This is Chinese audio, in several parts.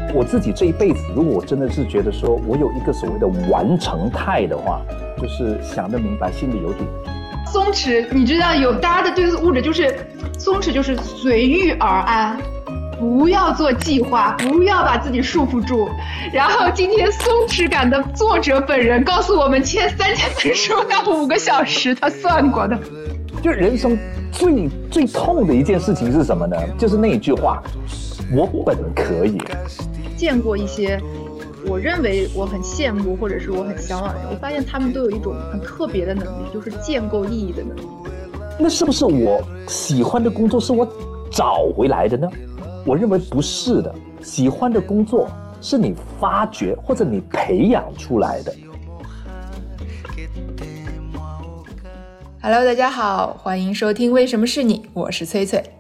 我自己这一辈子，如果我真的是觉得说我有一个所谓的完成态的话，就是想得明白，心里有底。 松弛，你知道有大家的对物质就是松弛，就是随遇而安，不要做计划，不要把自己束缚住。然后今天松弛感的作者本人告诉我们，签3000本书要5个小时，他算过的。 就人生最痛的一件事情是什么呢？就是那一句话，我本可以。 见过一些我认为我很羡慕或者是我很向往的人，我发现他们都有一种很特别的能力，就是建构意义的能力。 那是不是我喜欢的工作是我找回来的呢？我认为不是的，喜欢的工作是你发掘或者你培养出来的。 Hello， 大家好，欢迎收听《为什么是你》，我是翠翠。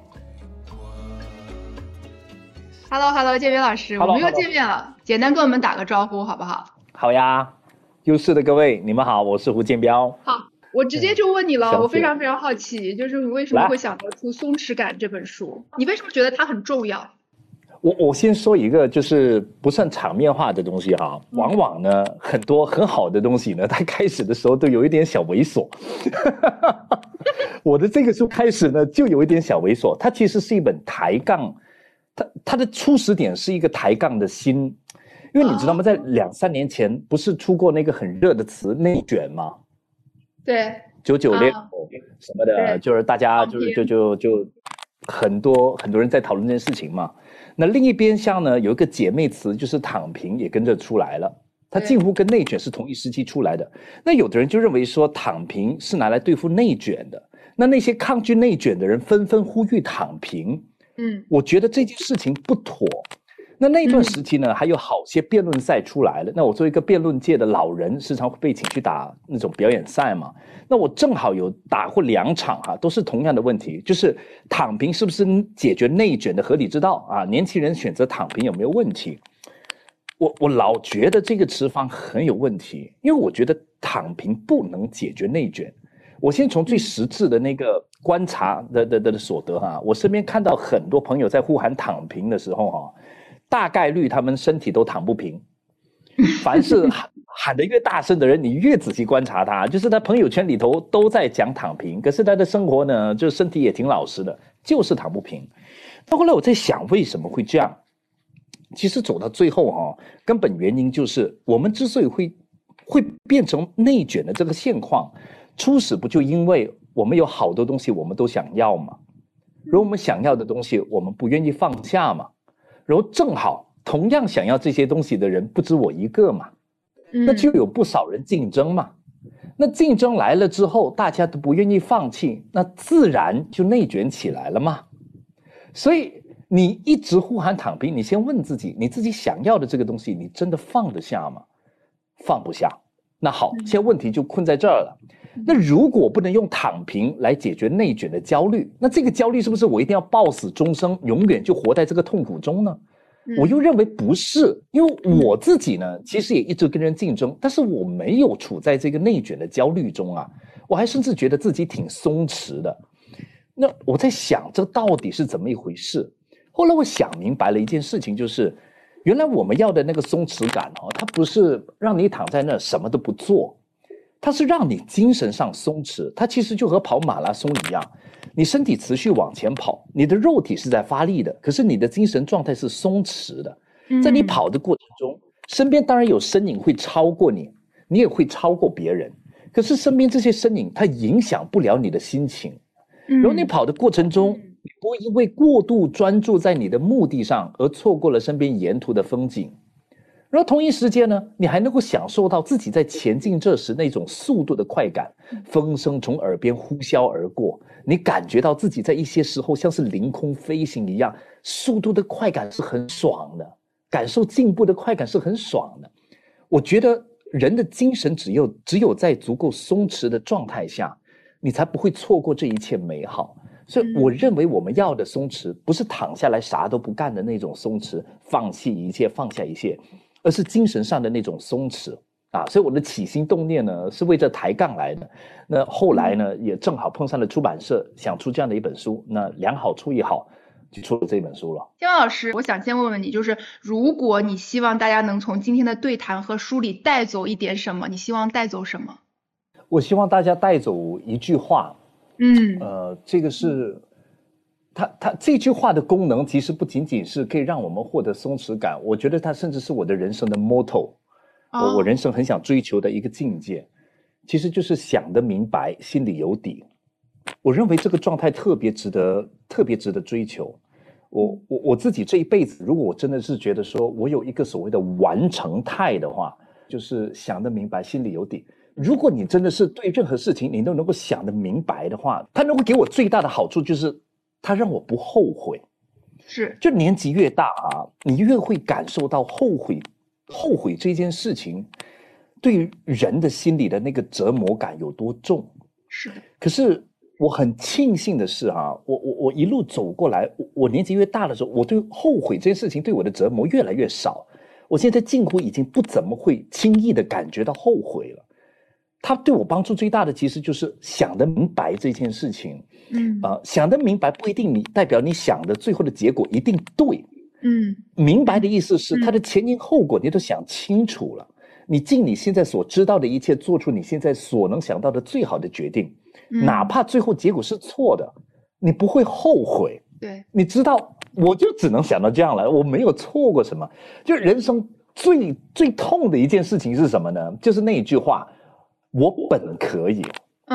Hello， 建斌老师，我们又见面了，简单跟我们打个招呼好不好？ 好呀，优势的各位，你们好，我是胡建彪。 好，我直接就问你了，我非常非常好奇，就是你为什么会想得出《松弛感》这本书？你为什么觉得它很重要？ 我先说一个就是不算场面话的东西哈，往往呢很多很好的东西呢，它开始的时候都有一点小猥琐。我的这个书开始呢就有一点小猥琐，它其实是一本抬杠，它的初始点是一个抬杠的心，因为你知道吗，在2-3年前不是出过那个很热的词内卷吗？ 对 ，9969什么的，就是大家就很多人在讨论这件事情嘛。那另一边厢呢，有一个姐妹词，就是躺平也跟着出来了。它近乎跟内卷是同一时期出来的。那有的人就认为说，躺平是拿来对付内卷的。那些抗拒内卷的人纷纷呼吁躺平。我觉得这件事情不妥。那一段时期呢，还有好些辩论赛出来了。那我作为一个辩论界的老人，时常会被请去打那种表演赛嘛。那我正好有打过2场哈，都是同样的问题，就是躺平是不是解决内卷的合理之道啊？年轻人选择躺平有没有问题？我老觉得这个持方很有问题，因为我觉得躺平不能解决内卷。我先从最实质的那个观察的所得哈，我身边看到很多朋友在呼喊躺平的时候哈，大概率他们身体都躺不平。凡是喊得越大声的人，你越仔细观察他，就是他朋友圈里头都在讲躺平，可是他的生活呢，就身体也挺老实的，就是躺不平。到后来我在想，为什么会这样？其实走到最后根本原因就是我们之所以会变成内卷的这个现况，初始不就因为我们有好多东西我们都想要嘛，然后我们想要的东西我们不愿意放下嘛，然后正好同样想要这些东西的人不止我一个嘛，那就有不少人竞争嘛。那竞争来了之后，大家都不愿意放弃，那自然就内卷起来了嘛。所以你一直呼喊躺平，你先问自己，你自己想要的这个东西，你真的放得下吗？放不下。那好，现在问题就困在这儿了。那如果不能用躺平来解决内卷的焦虑，那这个焦虑是不是我一定要抱死终生，永远就活在这个痛苦中呢？我又认为不是，因为我自己呢，其实也一直跟人竞争，但是我没有处在这个内卷的焦虑中啊，我还甚至觉得自己挺松弛的。那我在想，这到底是怎么一回事？后来我想明白了一件事情，就是原来我们要的那个松弛感它不是让你躺在那什么都不做，它是让你精神上松弛。它其实就和跑马拉松一样，你身体持续往前跑，你的肉体是在发力的，可是你的精神状态是松弛的。在你跑的过程中，身边当然有身影会超过你，你也会超过别人，可是身边这些身影它影响不了你的心情。然后你跑的过程中，你不会因为过度专注在你的目的上而错过了身边沿途的风景。然后同一时间呢，你还能够享受到自己在前进这时那种速度的快感，风声从耳边呼啸而过，你感觉到自己在一些时候像是凌空飞行一样，速度的快感是很爽的，感受进步的快感是很爽的。我觉得人的精神只有在足够松弛的状态下，你才不会错过这一切美好。所以我认为我们要的松弛不是躺下来啥都不干的那种松弛，放弃一切放下一切，而是精神上的那种松弛啊。所以我的起心动念呢是为这抬杠来的。那后来呢也正好碰上了出版社想出这样的一本书，那两好处一好， 就出了这本书了。 天王老师，我想先问问你，就是如果你希望大家能从今天的对谈和书里带走一点什么，你希望带走什么？ 我希望大家带走一句话，这个是它这句话的功能其实不仅仅是可以让我们获得松弛感，我觉得它甚至是我的人生的 motto，我人生很想追求的一个境界，其实就是想得明白，心里有底。我认为这个状态特别值得追求。我自己这一辈子，如果我真的是觉得说我有一个所谓的完成态的话，就是想得明白，心里有底。如果你真的是对任何事情你都能够想得明白的话，它能够给我最大的好处就是它让我不后悔。 是， 就年纪越大啊，你越会感受到后悔这件事情对于人的心理的那个折磨感有多重。 是的。 可是我很庆幸的是我一路走过来，我年纪越大的时候，我对后悔这件事情对我的折磨越来越少。我现在近乎已经不怎么会轻易的感觉到后悔了。它对我帮助最大的其实就是想得明白这件事情。想得明白不一定你代表你想的最后的结果一定对。明白的意思是它的前因后果你都想清楚了，你尽你现在所知道的一切，做出你现在所能想到的最好的决定，哪怕最后结果是错的，你不会后悔。 对， 你知道我就只能想到这样了，我没有错过什么。就人生最痛的一件事情是什么呢？就是那一句话，我本可以。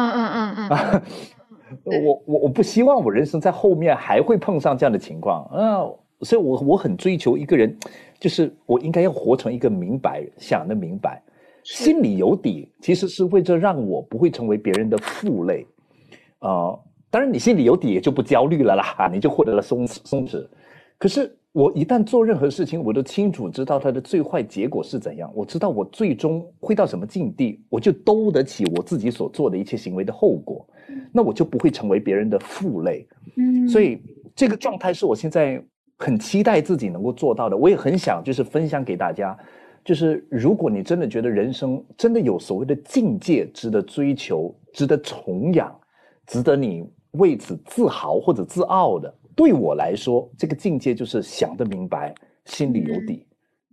我不希望我人生在后面还会碰上这样的情况所以我很追求一个人，就是我应该要活成一个明白人，想得明白，心里有底，其实是为着让我不会成为别人的负累。当然你心里有底也就不焦虑了啦，你就获得了松弛。可是我一旦做任何事情，我都清楚知道它的最坏结果是怎样，我知道我最终会到什么境地，我就兜得起我自己所做的一切行为的后果，那我就不会成为别人的负累。所以这个状态是我现在很期待自己能够做到的。我也很想就是分享给大家，就是如果你真的觉得人生真的有所谓的境界值得追求，值得崇仰，值得你为此自豪或者自傲的，对我来说这个境界就是想得明白，心里有底。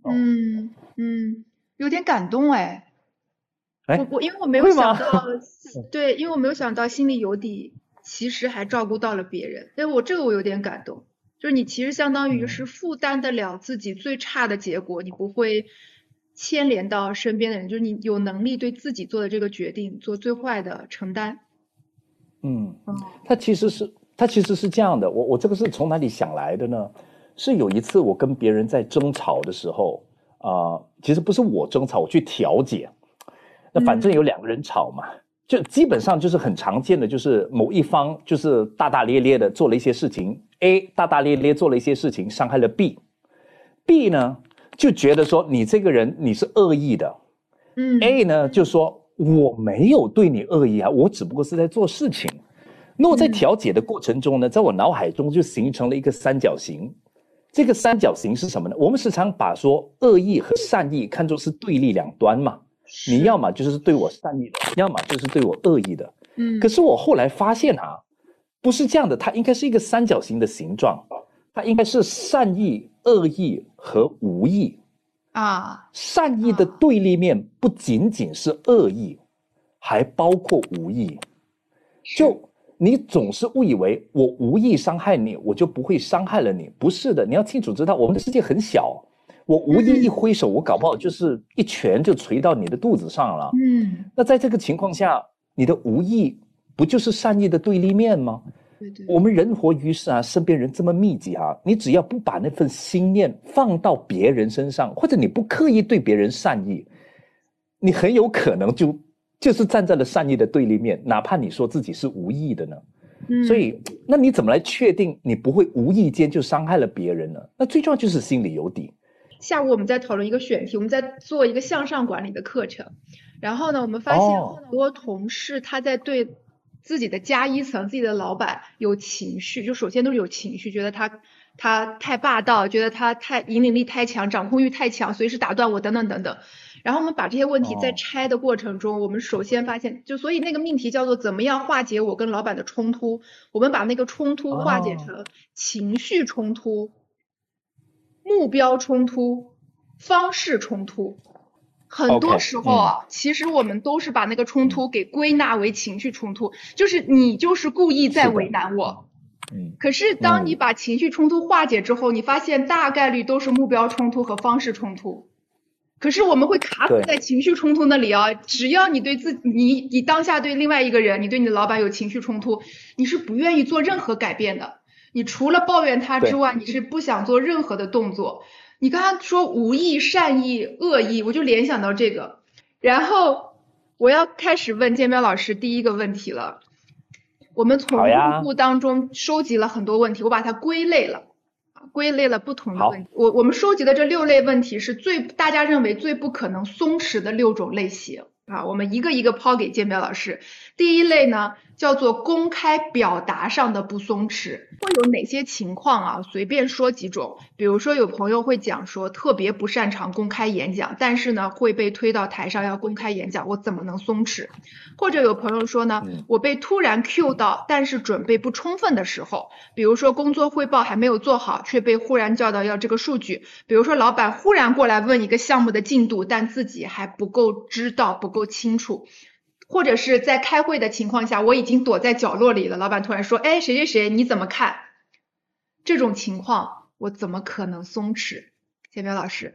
有点感动我因为我没有想到，对，因为我没有想到心里有底其实还照顾到了别人，所以我有点感动。就是你其实相当于是负担得了自己最差的结果，你不会牵连到身边的人，就是你有能力对自己做的这个决定做最坏的承担。 它其实是这样的，我这个是从哪里想来的呢？是有一次我跟别人在争吵的时候其实不是我争吵，我去调解。那反正有两个人吵嘛，就基本上就是很常见的，就是某一方就是大大咧咧的做了一些事情， A 大大咧咧做了一些事情伤害了 B 呢就觉得说你这个人你是恶意的，A 呢就说我没有对你恶意啊，我只不过是在做事情。那我在调解的过程中呢，在我脑海中就形成了一个三角形。这个三角形是什么呢？我们时常把说恶意和善意看作是对立两端嘛，你要么就是对我善意的，要么就是对我恶意的。可是我后来发现不是这样的，它应该是一个三角形的形状，它应该是善意、恶意和无意善意的对立面不仅仅是恶意，还包括无意。就你总是误以为我无意伤害你，我就不会伤害了你，不是的。你要清楚知道，我们的世界很小，我无意一挥手，我搞不好就是一拳就捶到你的肚子上了。那在这个情况下，你的无意不就是善意的对立面吗？ 对， 我们人活于世身边人这么密集你只要不把那份心念放到别人身上，或者你不刻意对别人善意，你很有可能就是站在了善意的对立面，哪怕你说自己是无意的呢。所以那你怎么来确定你不会无意间就伤害了别人呢？那最重要就是心里有底。 下午我们在讨论一个选题，我们在做一个向上管理的课程，然后呢我们发现很多同事他在对自己的加一层自己的老板有情绪，就首先都是有情绪，觉得他太霸道，觉得他太引领力太强，掌控欲太强，随时打断我等等等等。 然后我们把这些问题在拆的过程中，我们首先发现，所以那个命题叫做怎么样化解我跟老板的冲突，我们把那个冲突化解成情绪冲突、目标冲突、方式冲突。很多时候啊，其实我们都是把那个冲突给归纳为情绪冲突，就是你就是故意在为难我。可是当你把情绪冲突化解之后，你发现大概率都是目标冲突和方式冲突。可是我们会卡死在情绪冲突那里啊！只要你对你当下对另外一个人，你对你的老板有情绪冲突，你是不愿意做任何改变的。你除了抱怨他之外，你是不想做任何的动作。你刚刚说无意、善意、恶意，我就联想到这个。然后我要开始问建彪老师第一个问题了。我们从用户当中收集了很多问题，我把它归类了不同的问题。我们收集的这6类问题是大家认为最不可能松弛的6种类型啊，我们一个一个抛给建彪老师。第一类呢，叫做公开表达上的不松弛，会有哪些情况啊？随便说几种。比如说有朋友会讲说特别不擅长公开演讲，但是呢会被推到台上要公开演讲，我怎么能松弛？或者有朋友说呢，我被突然 cue 到，但是准备不充分的时候，比如说工作汇报还没有做好，却被忽然叫到要这个数据，比如说老板忽然过来问一个项目的进度，但自己还不够知道，不够清楚。或者是在开会的情况下，我已经躲在角落里了，老板突然说，哎，谁谁谁你怎么看？这种情况我怎么可能松弛？建彪老师。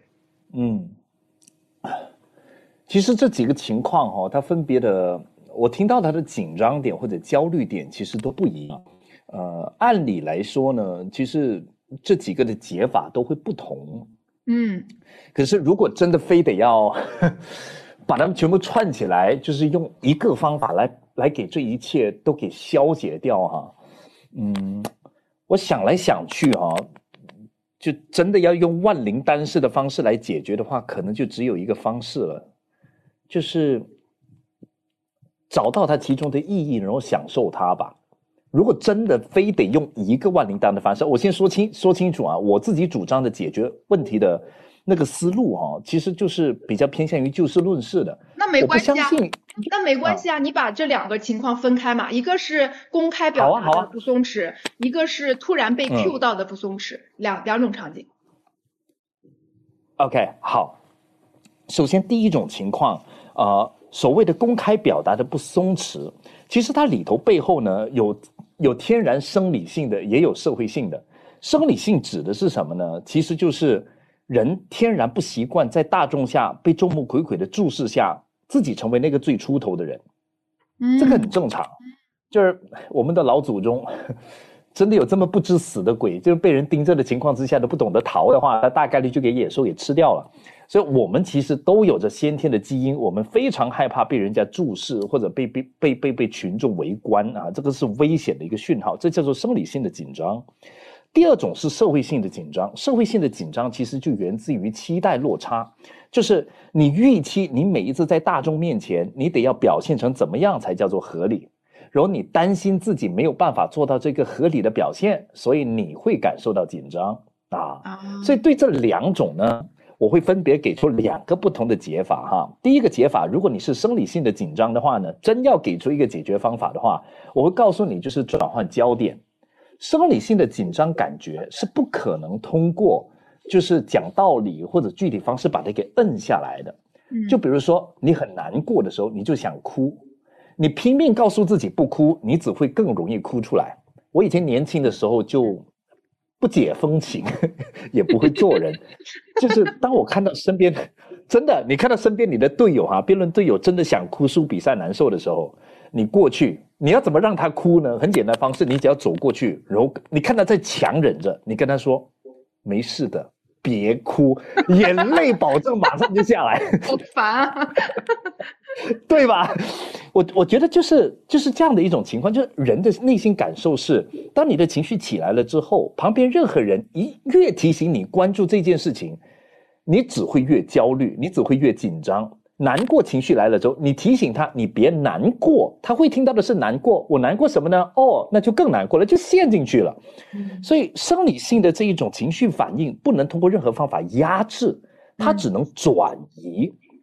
其实这几个情况它分别的，我听到它的紧张点或者焦虑点其实都不一样。按理来说呢，其实这几个的解法都会不同。可是如果真的非得要把它们全部串起来，就是用一个方法来给这一切都给消解掉哈。我想来想去就真的要用万灵丹式的方式来解决的话，可能就只有一个方式了，就是找到它其中的意义，然后享受它吧。如果真的非得用一个万灵丹的方式，我先说清楚啊，我自己主张的解决问题的那个思路其实就是比较偏向于就事论事的。 那没关系啊，那没关系啊，你把这2个情况分开嘛，一个是公开表达的不松弛，一个是突然被 cue 到的不松弛，两种场景。 OK， 好。首先第一种情况，所谓的公开表达的不松弛，其实它里头背后呢有天然生理性的，也有社会性的。生理性指的是什么呢？其实就是人天然不习惯在大众下被众目睽睽的注视下，自己成为那个最出头的人。这个很正常。就是我们的老祖宗真的有这么不知死的鬼，就是被人盯着的情况之下都不懂得逃的话，他大概率就给野兽给吃掉了。所以我们其实都有着先天的基因，我们非常害怕被人家注视或者被群众围观啊，这个是危险的一个讯号，这叫做生理性的紧张。第二种是社会性的紧张，社会性的紧张其实就源自于期待落差，就是你预期你每一次在大众面前，你得要表现成怎么样才叫做合理，然后你担心自己没有办法做到这个合理的表现，所以你会感受到紧张所以对这2种呢，我会分别给出2个不同的解法哈。第一个解法，如果你是生理性的紧张的话呢，真要给出一个解决方法的话，我会告诉你就是转换焦点。生理性的紧张感觉是不可能通过就是讲道理或者具体方式把它给摁下来的。就比如说你很难过的时候，你就想哭，你拼命告诉自己不哭，你只会更容易哭出来。我以前年轻的时候就不解风情也不会做人，就是当我看到身边真的你看到身边你的队友辩论队友真的想哭输比赛难受的时候，你过去你要怎么让他哭呢？很简单的方式，你只要走过去，然后你看他在强忍着，你跟他说没事的，别哭，眼泪保证马上就下来。 好烦啊对吧？我觉得就是这样的一种情况，就是人的内心感受是，当你的情绪起来了之后，旁边任何人越提醒你关注这件事情，你只会越焦虑，你只会越紧张。难过情绪来了之后，你提醒他你别难过，他会听到的是难过，我难过什么呢？那就更难过了，就陷进去了。所以生理性的这一种情绪反应不能通过任何方法压制，它只能转移。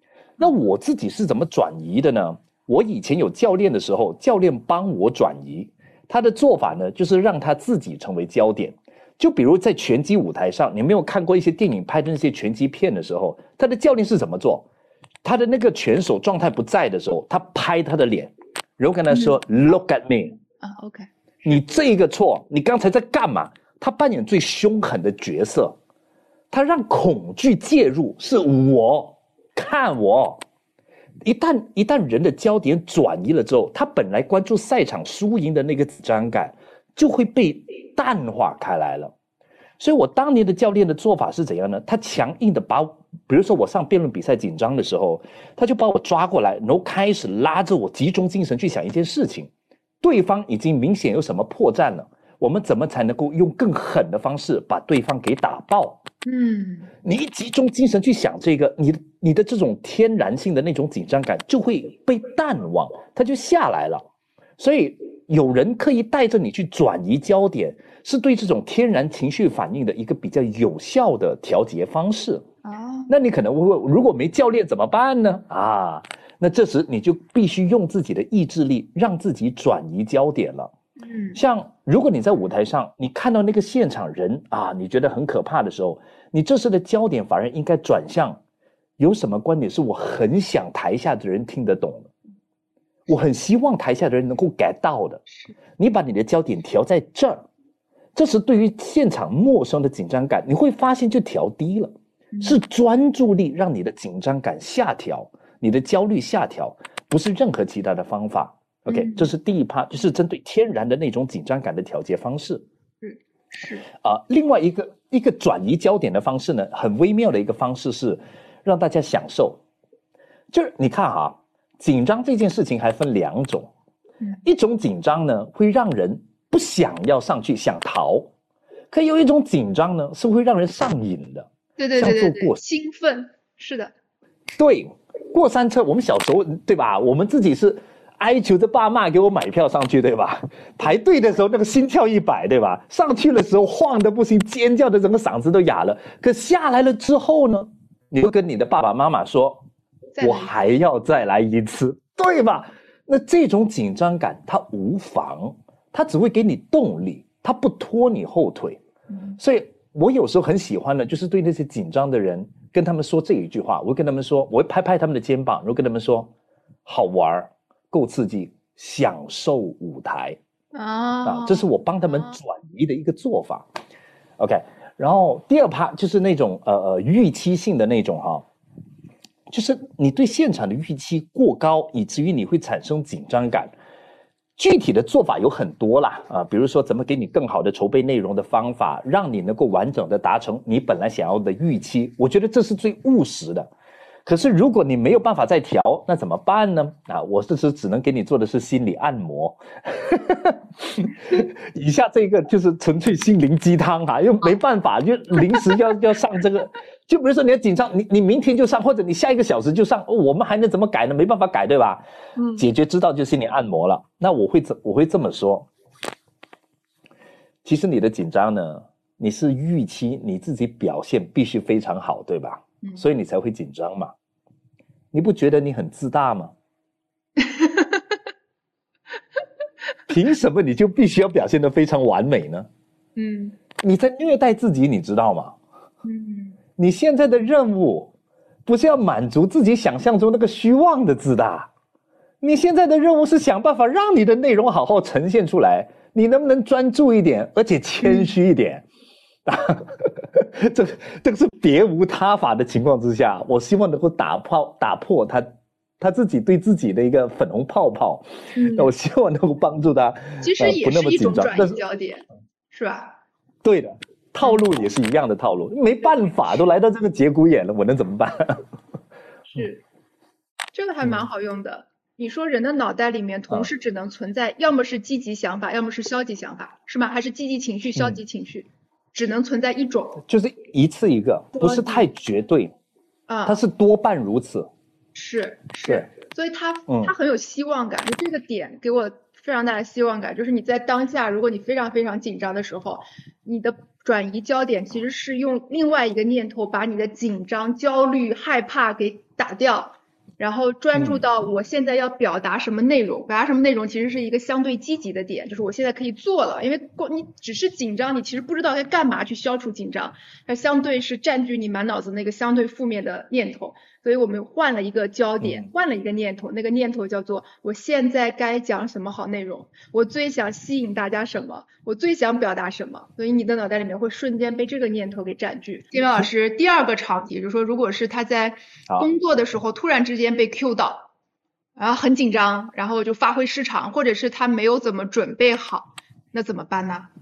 那我自己是怎么转移的呢？我以前有教练的时候，教练帮我转移，他的做法呢，就是让他自己成为焦点。就比如在拳击舞台上，你没有看过一些电影拍的那些拳击片的时候，他的教练是怎么做？他的那个拳手状态不在的时候，他拍他的脸，然后跟他说、Look at me。 OK， 你这个错，你刚才在干嘛？他扮演最凶狠的角色，他让恐惧介入，是我看我。一旦人的焦点转移了之后，他本来关注赛场输赢的那个紧张感就会被淡化开来了。所以我当年的教练的做法是怎样呢？他强硬的把，比如说我上辩论比赛紧张的时候，他就把我抓过来，然后开始拉着我集中精神去想一件事情，对方已经明显有什么破绽了，我们怎么才能够用更狠的方式把对方给打爆？你一集中精神去想这个，你的这种天然性的那种紧张感就会被淡忘，它就下来了。所以有人刻意带着你去转移焦点，是对这种天然情绪反应的一个比较有效的调节方式。那你可能会问，如果没教练怎么办呢？那这时你就必须用自己的意志力让自己转移焦点了。像如果你在舞台上，你看到那个现场人你觉得很可怕的时候，你这时的焦点反而应该转向，有什么观点是我很想台下的人听得懂的，我很希望台下的人能够 get 到的。你把你的焦点调在这儿，这时对于现场陌生的紧张感，你会发现就调低了，是专注力让你的紧张感下调，你的焦虑下调，不是任何其他的方法。OK， 这是第一趴，就是针对天然的那种紧张感的调节方式。另外一个转移焦点的方式呢，很微妙的一个方式是让大家享受。就是你看紧张这件事情还分两种，一种紧张呢会让人不想要上去，想逃；可有一种紧张呢是会让人上瘾的。 对，兴奋，是的。 对，过山车，我们小时候对吧？我们自己是哀求着爸妈给我买票上去，对吧？排队的时候那个心跳100，对吧？上去的时候晃得不行，尖叫的整个嗓子都哑了。可下来了之后呢，你会跟你的爸爸妈妈说，我还要再来一次，对吧？那这种紧张感它无妨，它只会给你动力，它不拖你后腿。所以我有时候很喜欢的就是对那些紧张的人跟他们说这一句话，我会跟他们说，我会拍拍他们的肩膀，然后跟他们说，好玩，够刺激，享受舞台。这是我帮他们转移的一个做法。OK， 然后第二趴就是那种预期性的那种就是你对现场的预期过高，以至于你会产生紧张感。具体的做法有很多啦，比如说怎么给你更好的筹备内容的方法，让你能够完整的达成你本来想要的预期，我觉得这是最务实的。可是如果你没有办法再调，那怎么办呢？我这时只能给你做的是心理按摩。以下这个就是纯粹心灵鸡汤因为没办法，就临时要上这个。就比如说你要紧张，你明天就上，或者你下1个小时就上，我们还能怎么改呢？没办法改，对吧？解决之道就是心理按摩了。那我会这么说，其实你的紧张呢，你是预期你自己表现必须非常好，对吧？所以你才会紧张嘛。你不觉得你很自大吗？凭什么你就必须要表现得非常完美呢？你在虐待自己，你知道吗？你现在的任务不是要满足自己想象中那个虚妄的自大，你现在的任务是想办法让你的内容好好呈现出来。你能不能专注一点，而且谦虚一点？这个是别无他法的情况之下，我希望能够打破他自己对自己的一个粉红泡泡。那我希望能够帮助他， 其实也是一种转移焦点，是吧？ 对的，套路也是一样的套路，没办法，都来到这个节骨眼了，我能怎么办？ 是，这个还蛮好用的。你说人的脑袋里面同时只能存在，要么是积极想法，要么是消极想法，是吗？还是积极情绪、消极情绪？只能存在一种， 就是一次一个，不是太绝对，它是多半如此。 是，所以它很有希望感，就这个点给我非常大的希望感，就是你在当下，如果你非常非常紧张的时候，你的转移焦点其实是用另外一个念头把你的紧张、焦虑、害怕给打掉， 然后专注到我现在要表达什么内容，表达什么内容其实是一个相对积极的点，就是我现在可以做了，因为你只是紧张，你其实不知道该干嘛去消除紧张，它相对是占据你满脑子那个相对负面的念头，所以我们换了一个焦点，换了一个念头，那个念头叫做我现在该讲什么好内容，我最想吸引大家什么，我最想表达什么，所以你的脑袋里面会瞬间被这个念头给占据。金老师第二个场景就是说，如果是他在工作的时候突然之间被 Q 到，然后很紧张，然后就发挥失常，或者是他没有怎么准备好，那怎么办呢？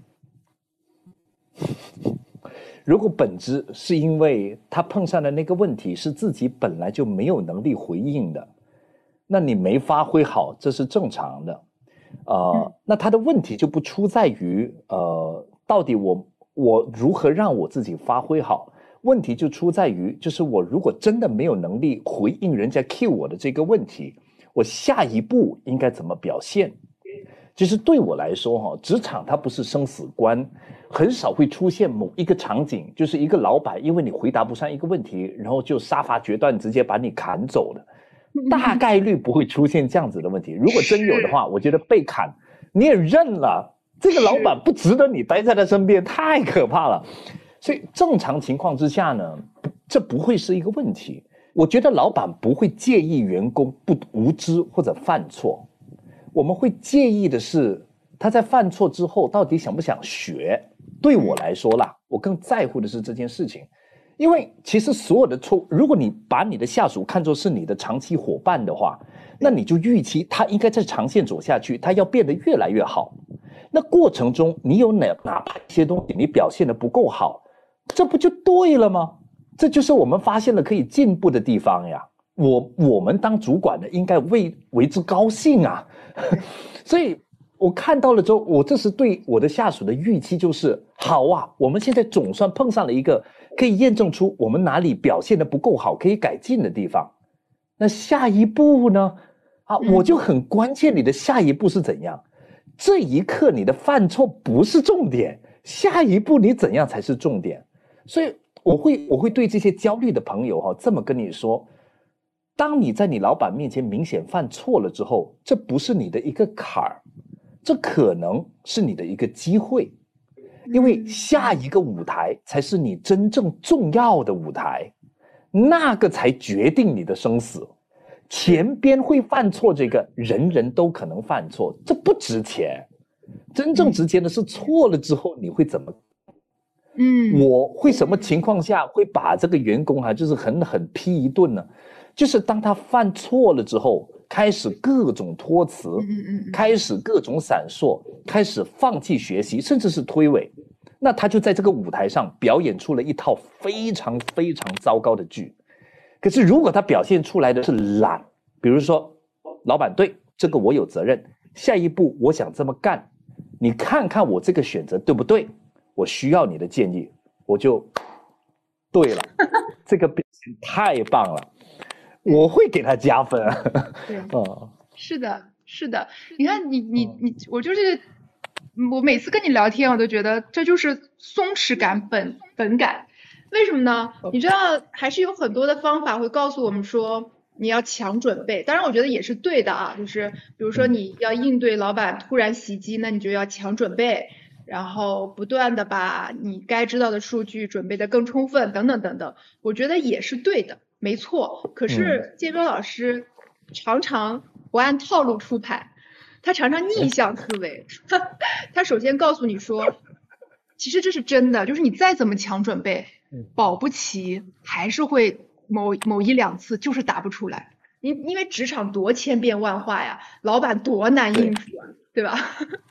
如果本质是因为他碰上的那个问题是自己本来就没有能力回应的，那你没发挥好，这是正常的。那他的问题就不出在于到底我如何让我自己发挥好，问题就出在于就是我如果真的没有能力回应人家 cue 我的这个问题，我下一步应该怎么表现。其实对我来说职场它不是生死关，很少会出现某一个场景，就是一个老板因为你回答不上一个问题，然后就杀伐决断直接把你砍走了，大概率不会出现这样子的问题。如果真有的话，我觉得被砍你也认了，这个老板不值得你待在他身边，太可怕了。所以正常情况之下呢，这不会是一个问题。我觉得老板不会介意员工不无知或者犯错，我们会介意的是他在犯错之后到底想不想学。对我来说啦，我更在乎的是这件事情。因为其实所有的错，如果你把你的下属看作是你的长期伙伴的话，那你就预期他应该在长线走下去，他要变得越来越好。那过程中你有哪怕一些东西你表现得不够好，这不就对了吗？这就是我们发现了可以进步的地方呀。我们当主管的应该为之高兴啊。所以我看到了之后，我这是对我的下属的预期就是好啊，我们现在总算碰上了一个可以验证出我们哪里表现得不够好可以改进的地方。那下一步呢？我就很关键你的下一步是怎样。这一刻你的犯错不是重点，下一步你怎样才是重点。所以我会对这些焦虑的朋友这么跟你说，当你在你老板面前明显犯错了之后，这不是你的一个坎儿，这可能是你的一个机会。因为下一个舞台才是你真正重要的舞台，那个才决定你的生死。前边会犯错，这个人人都可能犯错，这不值钱。真正值钱的是错了之后你会怎么我会什么情况下会把这个员工就是狠狠批一顿呢？就是当他犯错了之后，开始各种托辞，开始各种闪烁，开始放弃学习，甚至是推诿，那他就在这个舞台上表演出了一套非常非常糟糕的剧。可是如果他表现出来的是懒，比如说老板对这个我有责任，下一步我想这么干，你看看我这个选择对不对，我需要你的建议，我就对了。这个表现太棒了，我会给他加分。 对，是的，是的。你看我就是我每次跟你聊天，我都觉得这就是松弛感本感。为什么呢？你知道还是有很多的方法会告诉我们说你要强准备，当然我觉得也是对的啊，就是比如说你要应对老板突然袭击，那你就要强准备，然后不断的把你该知道的数据准备的更充分等等等等，我觉得也是对的，没错。可是建彪老师常常不按套路出牌，他常常逆向思维。他首先告诉你说其实这是真的，就是你再怎么强准备，保不齐还是会某一两次就是答不出来。因为职场多千变万化呀，老板多难应付啊， 对吧？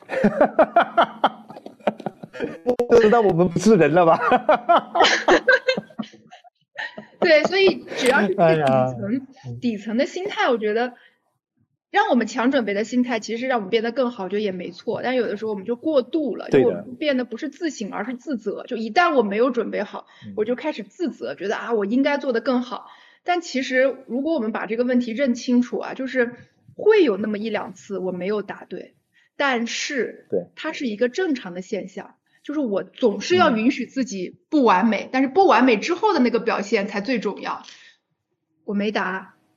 不知道我们不是人了吧？ 对，所以只要是底层的心态，我觉得让我们强准备的心态其实让我们变得更好，就也没错。但有的时候我们就过度了，就我们变得不是自省而是自责，就一旦我没有准备好，我就开始自责，觉得我应该做得更好。但其实如果我们把这个问题认清楚就是会有那么一两次我没有答对，但是它是一个正常的现象，就是我总是要允许自己不完美，但是不完美之后的那个表现才最重要。我没答，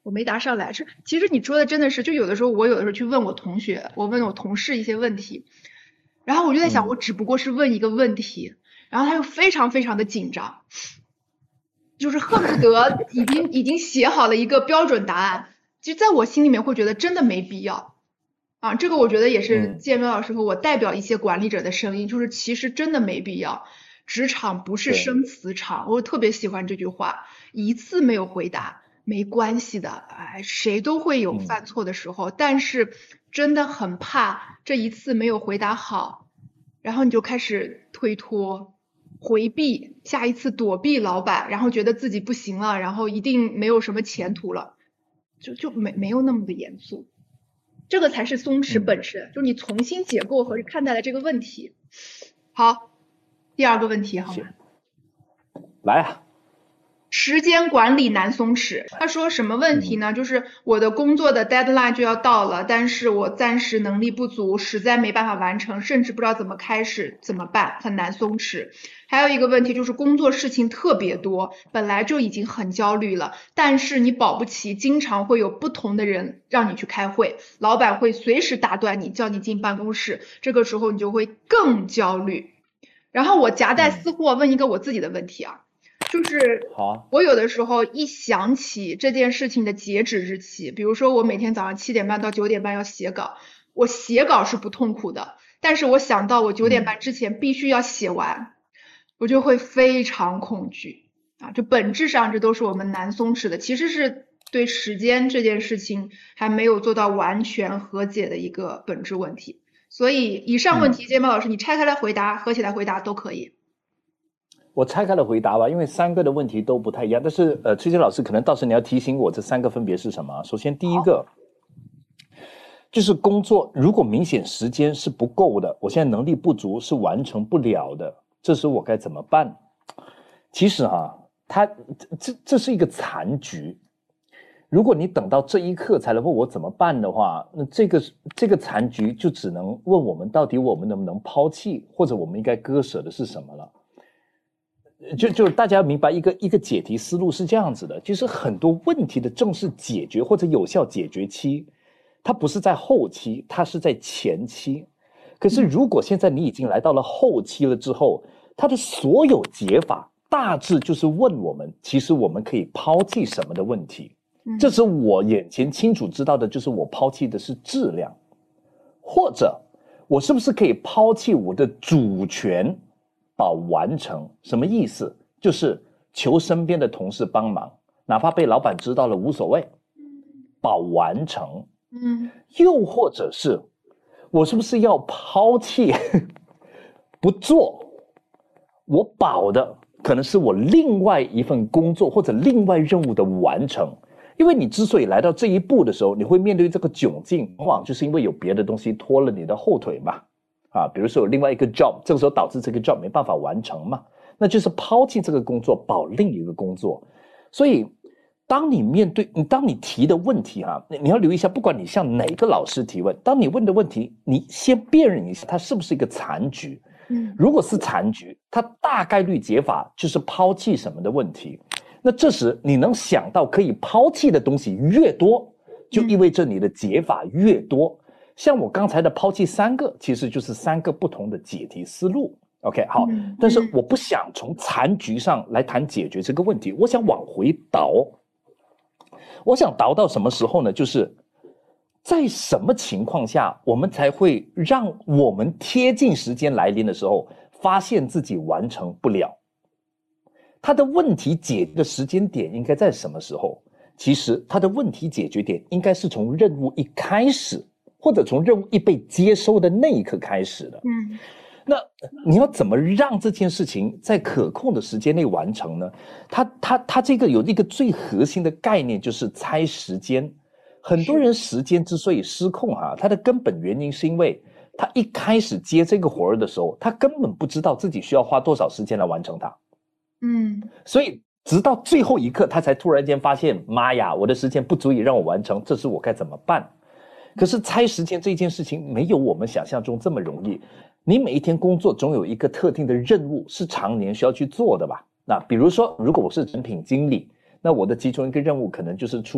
我没答上来。其实你说的真的是，就有的时候我去问我同学，我问我同事一些问题，然后我就在想，我只不过是问一个问题，然后他又非常非常的紧张，就是恨不得已经写好了一个标准答案。其实在我心里面会觉得真的没必要啊，这个我觉得也是建彪老师和我代表一些管理者的声音，就是其实真的没必要。职场不是生死场，我特别喜欢这句话。一次没有回答没关系的，哎，谁都会有犯错的时候，但是真的很怕这一次没有回答好，然后你就开始推脱、回避，下一次躲避老板，然后觉得自己不行了，然后一定没有什么前途了，就没有那么的严肃。这个才是松弛本身，就是你重新解构和看待了这个问题。好。第二个问题好吗？ 来啊！ 时间管理难松弛。他说什么问题呢？就是我的工作的 deadline 就要到了，但是我暂时能力不足，实在没办法完成，甚至不知道怎么开始，怎么办？很难松弛。还有一个问题就是工作事情特别多，本来就已经很焦虑了，但是你保不齐经常会有不同的人让你去开会，老板会随时打断你，叫你进办公室，这个时候你就会更焦虑。然后我夹带私货问一个我自己的问题啊，就是我有的时候一想起这件事情的截止日期，比如说我每天早上7点半到9点半要写稿，我写稿是不痛苦的，但是我想到我9点半之前必须要写完，我就会非常恐惧啊！就本质上这都是我们难松弛的，其实是对时间这件事情还没有做到完全和解的一个本质问题。所以以上问题，建彪老师，你拆开来回答，合起来回答都可以。 我拆开了回答吧，因为3个的问题都不太一样。但是崔姐老师，可能到时候你要提醒我这3个分别是什么。首先第一个就是工作，如果明显时间是不够的，我现在能力不足，是完成不了的，这时我该怎么办？其实这是一个残局。如果你等到这一刻才来问我怎么办的话，那这个残局就只能问我们到底我们能不能抛弃，或者我们应该割舍的是什么了。就大家明白一个解题思路是这样子的，就是很多问题的正式解决或者有效解决期，它不是在后期，它是在前期。可是如果现在你已经来到了后期了之后，它的所有解法大致就是问我们，其实我们可以抛弃什么的问题。这是我眼前清楚知道的，就是我抛弃的是质量，或者我是不是可以抛弃我的主权保完成？什么意思？就是求身边的同事帮忙，哪怕被老板知道了无所谓，保完成。又或者是我是不是要抛弃不做，我保的可能是我另外一份工作或者另外任务的完成。因为你之所以来到这一步的时候，你会面对这个窘境，往往就是因为有别的东西拖了你的后腿嘛。比如说有另外一个 job， 这个时候导致这个 job 没办法完成嘛，那就是抛弃这个工作，保另一个工作。所以当你提的问题你要留意一下，不管你向哪个老师提问，当你问的问题，你先辨认一下它是不是一个残局。如果是残局，它大概率解法就是抛弃什么的问题。那这时你能想到可以抛弃的东西越多，就意味着你的解法越多。像我刚才的抛弃3个，其实就是3个不同的解题思路。OK， 好，但是我不想从残局上来谈解决这个问题，我想往回倒。我想倒到什么时候呢？就是在什么情况下，我们才会让我们贴近时间来临的时候，发现自己完成不了。他的问题解决的时间点应该在什么时候？其实他的问题解决点应该是从任务一开始，或者从任务一被接收的那一刻开始的。那你要怎么让这件事情在可控的时间内完成呢？他这个有一个最核心的概念，就是猜时间。很多人时间之所以失控它的根本原因是因为他一开始接这个活儿的时候，他根本不知道自己需要花多少时间来完成它。所以直到最后一刻，他才突然间发现，妈呀，我的时间不足以让我完成，这时我该怎么办？可是猜时间这件事情没有我们想象中这么容易。你每一天工作总有一个特定的任务是常年需要去做的吧？那比如说，如果我是产品经理，那我的其中一个任务可能就是出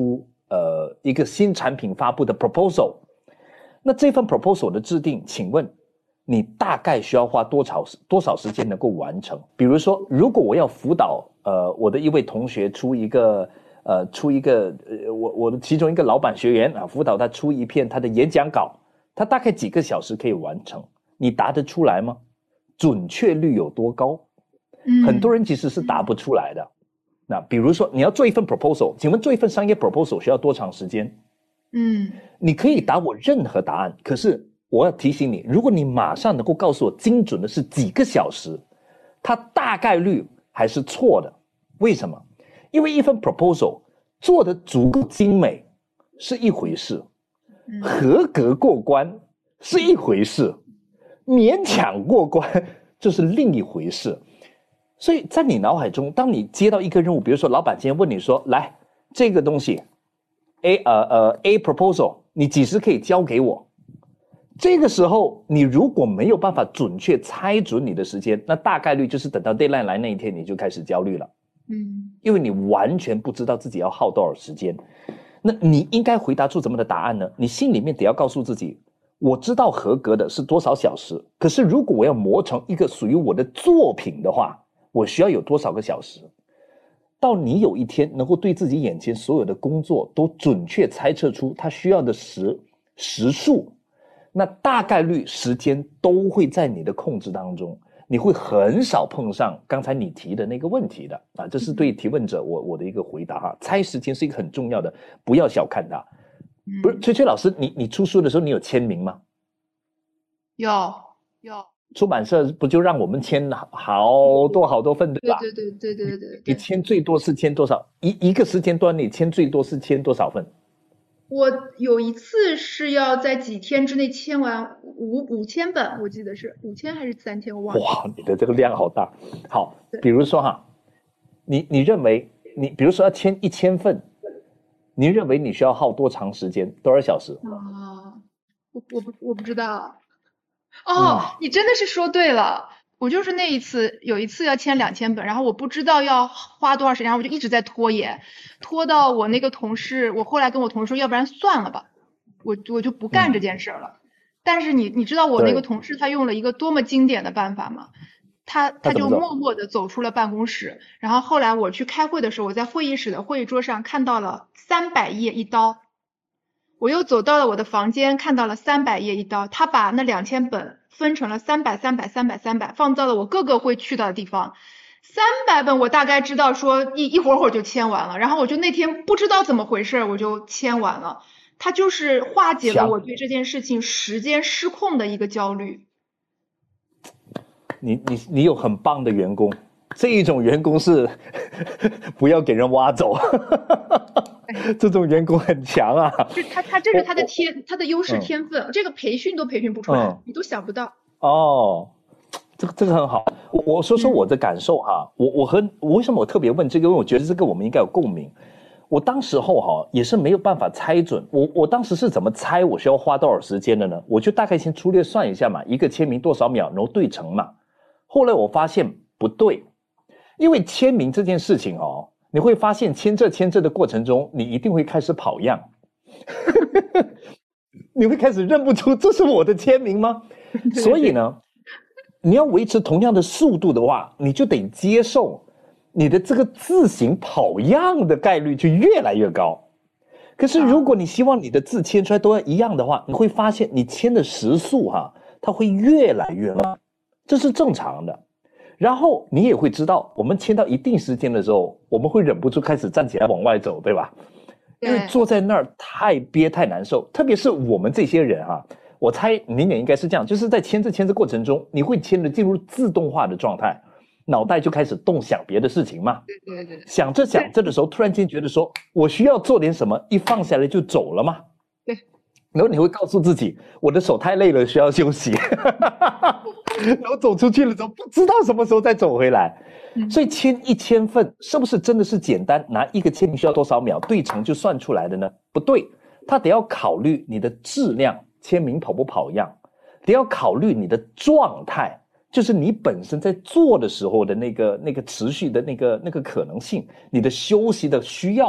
一个新产品发布的 proposal。那这份 proposal 的制定，请问你大概需要花多少时间能够完成？比如说，如果我要辅导我的一位同学出一个我的其中一个老板学员啊，辅导他出一篇他的演讲稿，他大概几个小时可以完成？你答得出来吗？准确率有多高？很多人其实是答不出来的。那比如说你要做一份 proposal， 请问做一份商业 proposal 需要多长时间？你可以答我任何答案，可是我要提醒你，如果你马上能够告诉我精准的是几个小时，它大概率还是错的。为什么？因为一份 proposal 做得足够精美是一回事，合格过关是一回事，勉强过关就是另一回事。所以在你脑海中，当你接到一个任务，比如说老板今天问你说，来这个东西A proposal 你几时可以交给我？这个时候你如果没有办法准确猜准你的时间，那大概率就是等到 deadline 来那一天你就开始焦虑了。因为你完全不知道自己要耗多少时间。那你应该回答出怎么的答案呢？你心里面得要告诉自己，我知道合格的是多少小时，可是如果我要磨成一个属于我的作品的话，我需要有多少个小时？到你有一天能够对自己眼前所有的工作都准确猜测出它需要的时数，那大概率时间都会在你的控制当中，你会很少碰上刚才你提的那个问题的啊。这是对提问者我的一个回答哈。猜时间是一个很重要的，不要小看它。不是，崔崔老师，你出书的时候你有签名吗？ 有。 出版社不就让我们签好多份对吧？ 对。 你签最多是签多少？一个时间段你签最多是签多少份？ 我有一次是要在几天之内签完5000本，我记得是5000还是3000，我忘了。 哇，你的这个量好大。好，比如说哈，你认为你比如说要签1000份，你认为你需要耗多长时间？多少小时？ 我不知道。你真的是说对了。我就是有一次要签2000本，然后我不知道要花多少时间，然后我就一直在拖延，拖到我那个同事，我后来跟我同事说，要不然算了吧，我就不干这件事了。但是你知道我那个同事他用了一个多么经典的办法吗？他就默默地走出了办公室，然后后来我去开会的时候，我在会议室的会议桌上看到了300页一刀，我又走到了我的房间，看到了300页一刀，他把那2000本分成了300，放到了我各个会去到的地方。300本我大概知道说一会儿就签完了，然后我就那天不知道怎么回事我就签完了。它就是化解了我对这件事情时间失控的一个焦虑。 你有很棒的员工，这一种员工是不要给人挖走。这种员工很强啊。 他这是他的优势天分，这个培训都培训不出来，你都想不到。 这个很好。我说说我的感受哈。我为什么我特别问这个？因为我觉得这个我们应该有共鸣。我当时候也是没有办法猜准。我当时是怎么猜我需要花多少时间的呢？我就大概先粗略算一下嘛，一个签名多少秒，然后对乘嘛。后来我发现不对，因为签名这件事情你会发现签字的过程中，你一定会开始跑样。你会开始认不出这是我的签名吗？所以呢，你要维持同样的速度的话，你就得接受你的这个字形跑样的概率就越来越高。可是如果你希望你的字签出来都要一样的话，你会发现你签的时速它会越来越慢，这是正常的。然后你也会知道，我们签到一定时间的时候，我们会忍不住开始站起来往外走，对吧？因为坐在那儿太憋太难受，特别是我们这些人我猜您也应该是这样，就是在签字过程中，你会签的进入自动化的状态，脑袋就开始动想别的事情嘛。 对。 想着的时候，突然间觉得说我需要做点什么，一放下来就走了嘛。 对。 然后你会告诉自己，我的手太累了，需要休息。然后走出去了之后，不知道什么时候再走回来。所以签1000份是不是真的是简单拿一个签名需要多少秒对乘就算出来的呢？不对，它得要考虑你的质量，签名跑不跑样，得要考虑你的状态，就是你本身在做的时候的那个持续的那个可能性，你的休息的需要，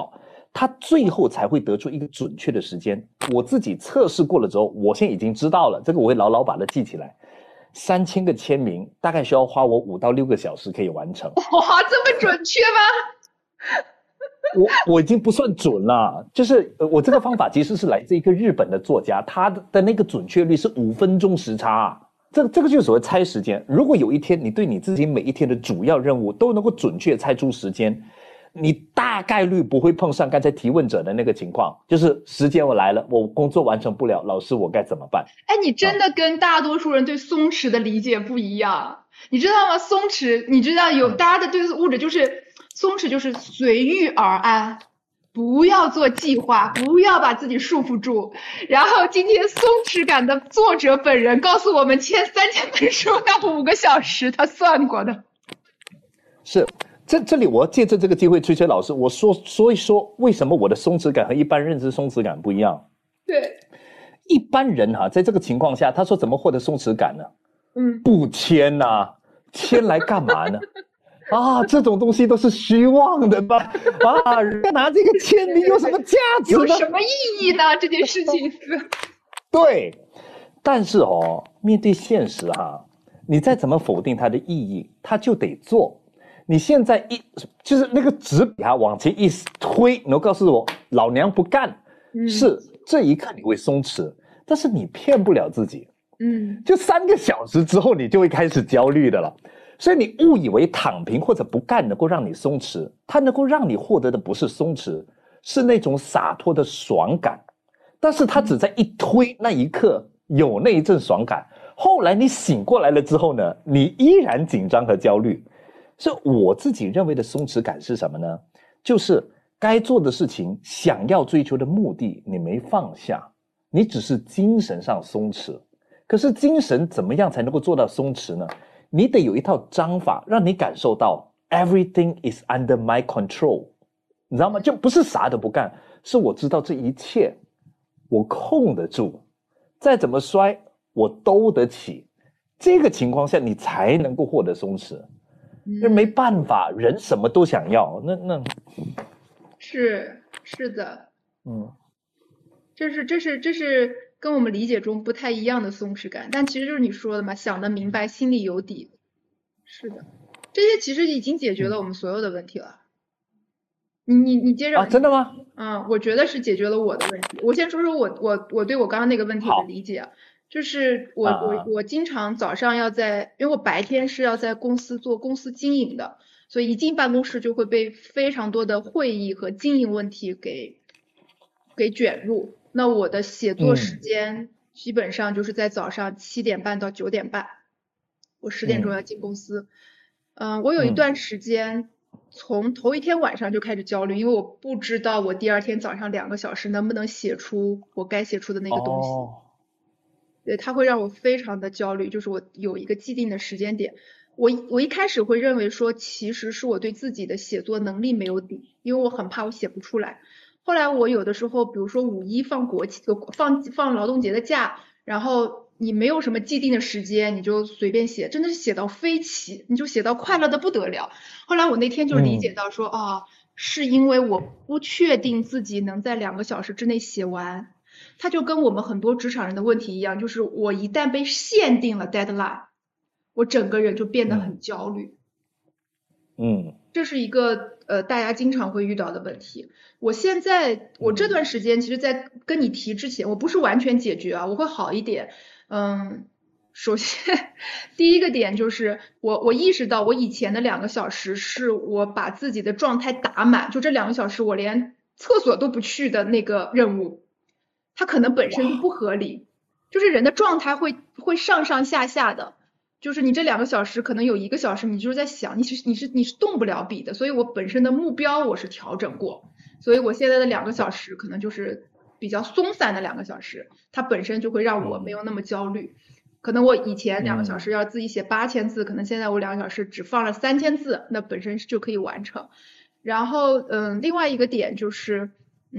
他最后才会得出一个准确的时间。我自己测试过了之后，我现在已经知道了，这个我会牢牢把它记起来。3000个签名大概需要花我5到6个小时可以完成。 哇，这么准确吗？ 我已经不算准了，就是我这个方法其实是来自一个日本的作家，他的那个准确率是5分钟时差啊。这个就是所谓猜时间。如果有一天你对你自己每一天的主要任务都能够准确猜出时间，你大概率不会碰上刚才提问者的那个情况，就是时间我来了，我工作完成不了，老师我该怎么办？ 哎，你真的跟大多数人对松弛的理解不一样，你知道吗？松弛，你知道大家的对物质就是松弛，就是随遇而安，不要做计划，不要把自己束缚住。然后今天松弛感的作者本人告诉我们，签3000本书要5个小时，他算过的。 是。这里我要借着这个机会，崔崔老师，我说一说为什么我的松弛感和一般认知松弛感不一样。 对， 一般人在这个情况下，他说怎么获得松弛感呢？不签啊，签来干嘛呢？啊，这种东西都是虚妄的吧？啊，拿这个签名有什么价值呢？ 有什么意义呢？这件事情对，但是面对现实你再怎么否定它的意义，它就得做。你现在就是那个纸笔往前一推，然后告诉我老娘不干，是这一刻你会松弛，但是你骗不了自己，就3个小时之后你就会开始焦虑的了。所以你误以为躺平或者不干能够让你松弛，它能够让你获得的不是松弛，是那种洒脱的爽感，但是它只在一推那一刻有那一阵爽感，后来你醒过来了之后呢，你依然紧张和焦虑。所以我自己认为的松弛感是什么呢？就是该做的事情，想要追求的目的你没放下，你只是精神上松弛。可是精神怎么样才能够做到松弛呢？你得有一套章法，让你感受到 everything is under my control， 你知道吗？就不是啥都不干，是我知道这一切我控得住，再怎么摔我兜得起。这个情况下你才能够获得松弛。这没办法，人什么都想要，那是的，这是跟我们理解中不太一样的松弛感，但其实就是你说的嘛，想得明白，心里有底。是的，这些其实已经解决了我们所有的问题了。你接着真的吗？ 我觉得是解决了我的问题。我先说说我对我刚刚那个问题的理解。就是我经常早上因为我白天是要在公司做公司经营的，所以一进办公室就会被非常多的会议和经营问题给卷入。那我的写作时间基本上就是在早上7点半到9点半，我10点钟要进公司。我有一段时间从头一天晚上就开始焦虑，因为我不知道我第二天早上2个小时能不能写出我该写出的那个东西。对，它会让我非常的焦虑，就是我有一个既定的时间点。我一开始会认为说，其实是我对自己的写作能力没有底，因为我很怕我写不出来。后来我有的时候，比如说5一放国庆，放劳动节的假，然后你没有什么既定的时间，你就随便写，真的是写到飞起，你就写到快乐的不得了。后来我那天就理解到说，是因为我不确定自己能在2个小时之内写完。它就跟我们很多职场人的问题一样，就是我一旦被限定了 deadline， 我整个人就变得很焦虑。这是一个大家经常会遇到的问题。我这段时间其实在跟你提之前，我不是完全解决我会好一点。首先第一个点就是我意识到我以前的2个小时是我把自己的状态打满，就这2个小时我连厕所都不去的那个任务。它可能本身就不合理，就是人的状态会上上下下的，就是你这2个小时可能有1个小时你就是在想，你是动不了笔的，所以我本身的目标我是调整过，所以我现在的2个小时可能就是比较松散的2个小时，它本身就会让我没有那么焦虑。可能我以前2个小时要自己写8000字，可能现在我2个小时只放了3000字，那本身就可以完成。然后另外一个点就是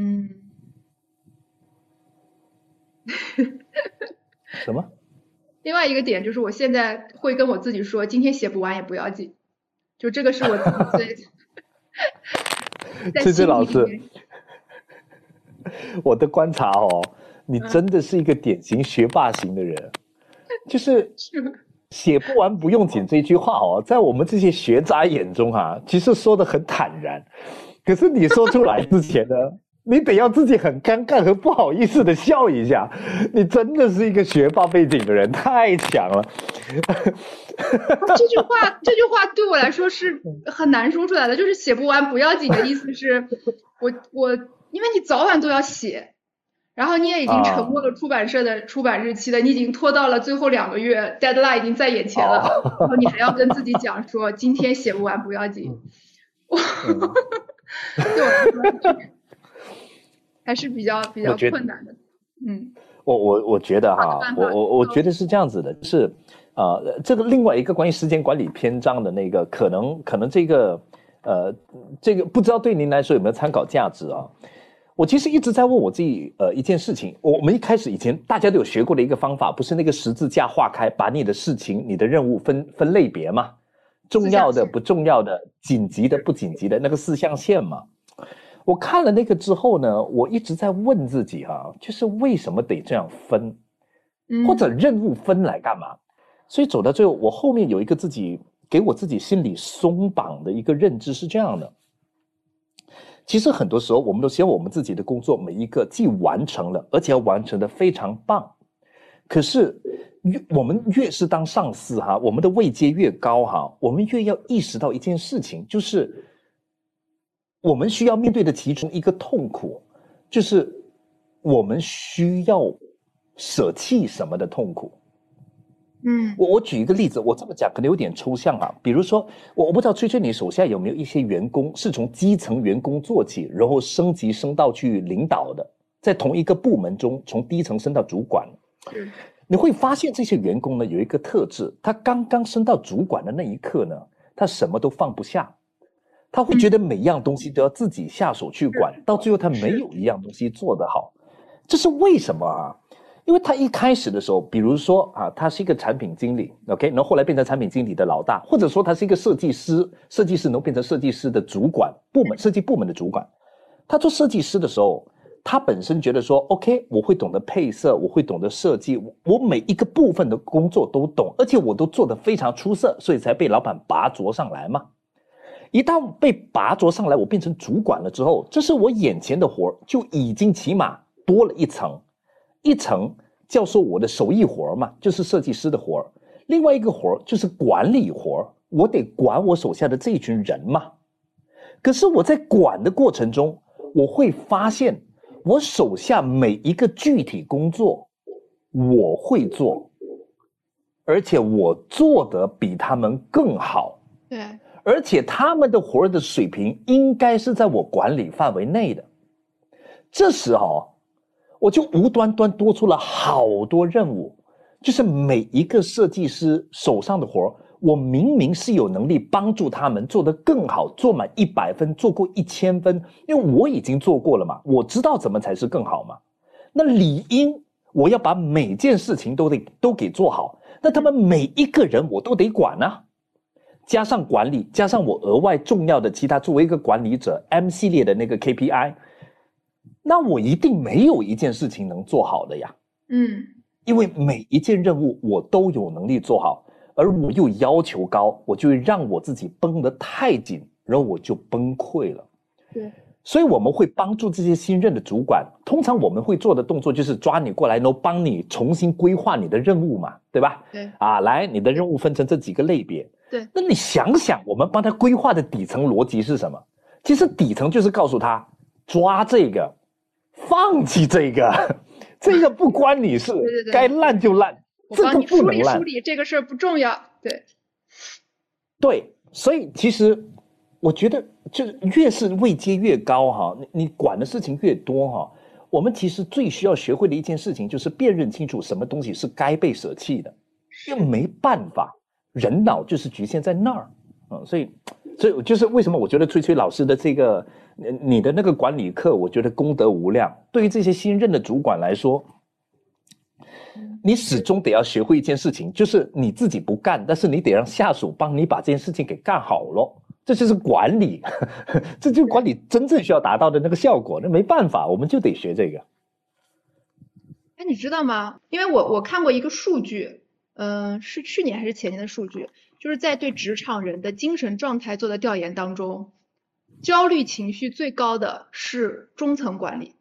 什么？ 另外一个点就是我现在会跟我自己说，今天写不完也不要紧，就这个是我自己最崔崔老师， 我的观察哦，你真的是一个典型学霸型的人，就是写不完不用紧这句话哦，在我们这些学渣眼中其实说得很坦然，可是你说出来之前呢，你得要自己很尴尬和不好意思的笑一下，你真的是一个学霸背景的人，太强了。 这句话对我来说是很难说出来的，就是写不完不要紧的意思是，我因为你早晚都要写，然后你也已经承诺了出版社的出版日期了，你已经拖到了最后2个月 ，deadline 已经在眼前了，然后你还要跟自己讲说今天写不完不要紧，对我来说还是比较困难的。 我觉得我觉得是这样子的，就是这个另外一个关于时间管理篇章的那个，可能这个不知道对您来说有没有参考价值啊？我其实一直在问我自己一件事情，我们一开始以前大家都有学过的一个方法，不是那个十字架画开，把你的事情、你的任务分类别嘛，重要的、不重要的、紧急的、不紧急的那个4象限嘛。我看了那个之后呢，我一直在问自己就是为什么得这样分，或者任务分来干嘛？所以走到最后，我后面有一个给我自己心里松绑的一个认知是这样的。其实很多时候我们都希望我们自己的工作每一个既完成了，而且要完成的非常棒。可是我们越是当上司我们的位阶越高我们越要意识到一件事情，就是我们需要面对的其中一个痛苦，就是我们需要舍弃什么的痛苦。我举一个例子，我这么讲可能有点抽象比如说我不知道崔崔你手下有没有一些员工是从基层员工做起，然后升级升到去领导的，在同一个部门中从低层升到主管。你会发现这些员工呢有一个特质，他刚刚升到主管的那一刻呢，他什么都放不下，他会觉得每样东西都要自己下手去管，到最后他没有一样东西做得好。这是为什么因为他一开始的时候，比如说他是一个产品经理 ，OK， 然后后来变成产品经理的老大，或者说他是一个设计师能够变成设计师的主管，设计部门的主管。他做设计师的时候，他本身觉得说 ，OK， 我会懂得配色，我会懂得设计，我每一个部分的工作都懂，而且我都做得非常出色，所以才被老板拔擢上来嘛。一旦被拔擢上来，我变成主管了之后，这是我眼前的活就已经起码多了一层叫做我的手艺活嘛，就是设计师的活，另外一个活就是管理活，我得管我手下的这一群人嘛。可是我在管的过程中，我会发现我手下每一个具体工作我会做，而且我做得比他们更好。 对， 而且他们的活的水平应该是在我管理范围内的。这时我就无端端多出了好多任务，就是每一个设计师手上的活，我明明是有能力帮助他们做得更好，做满100分，做过1000分，因为我已经做过了嘛，我知道怎么才是更好嘛。那理应我要把每件事情都给做好，那他们每一个人我都得管加上管理，加上我额外重要的其他作为一个管理者 M 系列的那个 KPI， 那我一定没有一件事情能做好的呀。因为每一件任务我都有能力做好，而我又要求高，我就会让我自己绷得太紧，然后我就崩溃了。 对， 所以我们会帮助这些新任的主管，通常我们会做的动作就是抓你过来，然后帮你重新规划你的任务嘛，对吧？ 对来，你的任务分成这几个类别。 对， 那你想想，我们帮他规划的底层逻辑是什么？其实底层就是告诉他，抓这个，放弃这个，这个不关你事， 对， 该烂就烂，这个不能烂。 梳理这个事儿不重要。 对，所以其实我觉得，就是越是位阶越高你管的事情越多我们其实最需要学会的一件事情就是辨认清楚什么东西是该被舍弃的，因为没办法，人脑就是局限在那儿所以就是为什么我觉得崔崔老师的这个你的那个管理课，我觉得功德无量。对于这些新任的主管来说，你始终得要学会一件事情，就是你自己不干，但是你得让下属帮你把这件事情给干好了。 这就是管理，这就是管理真正需要达到的那个效果。那没办法，我们就得学这个。 哎，你知道吗？因为我看过一个数据，是去年还是前年的数据，就是在对职场人的精神状态做的调研当中，焦虑情绪最高的是中层管理。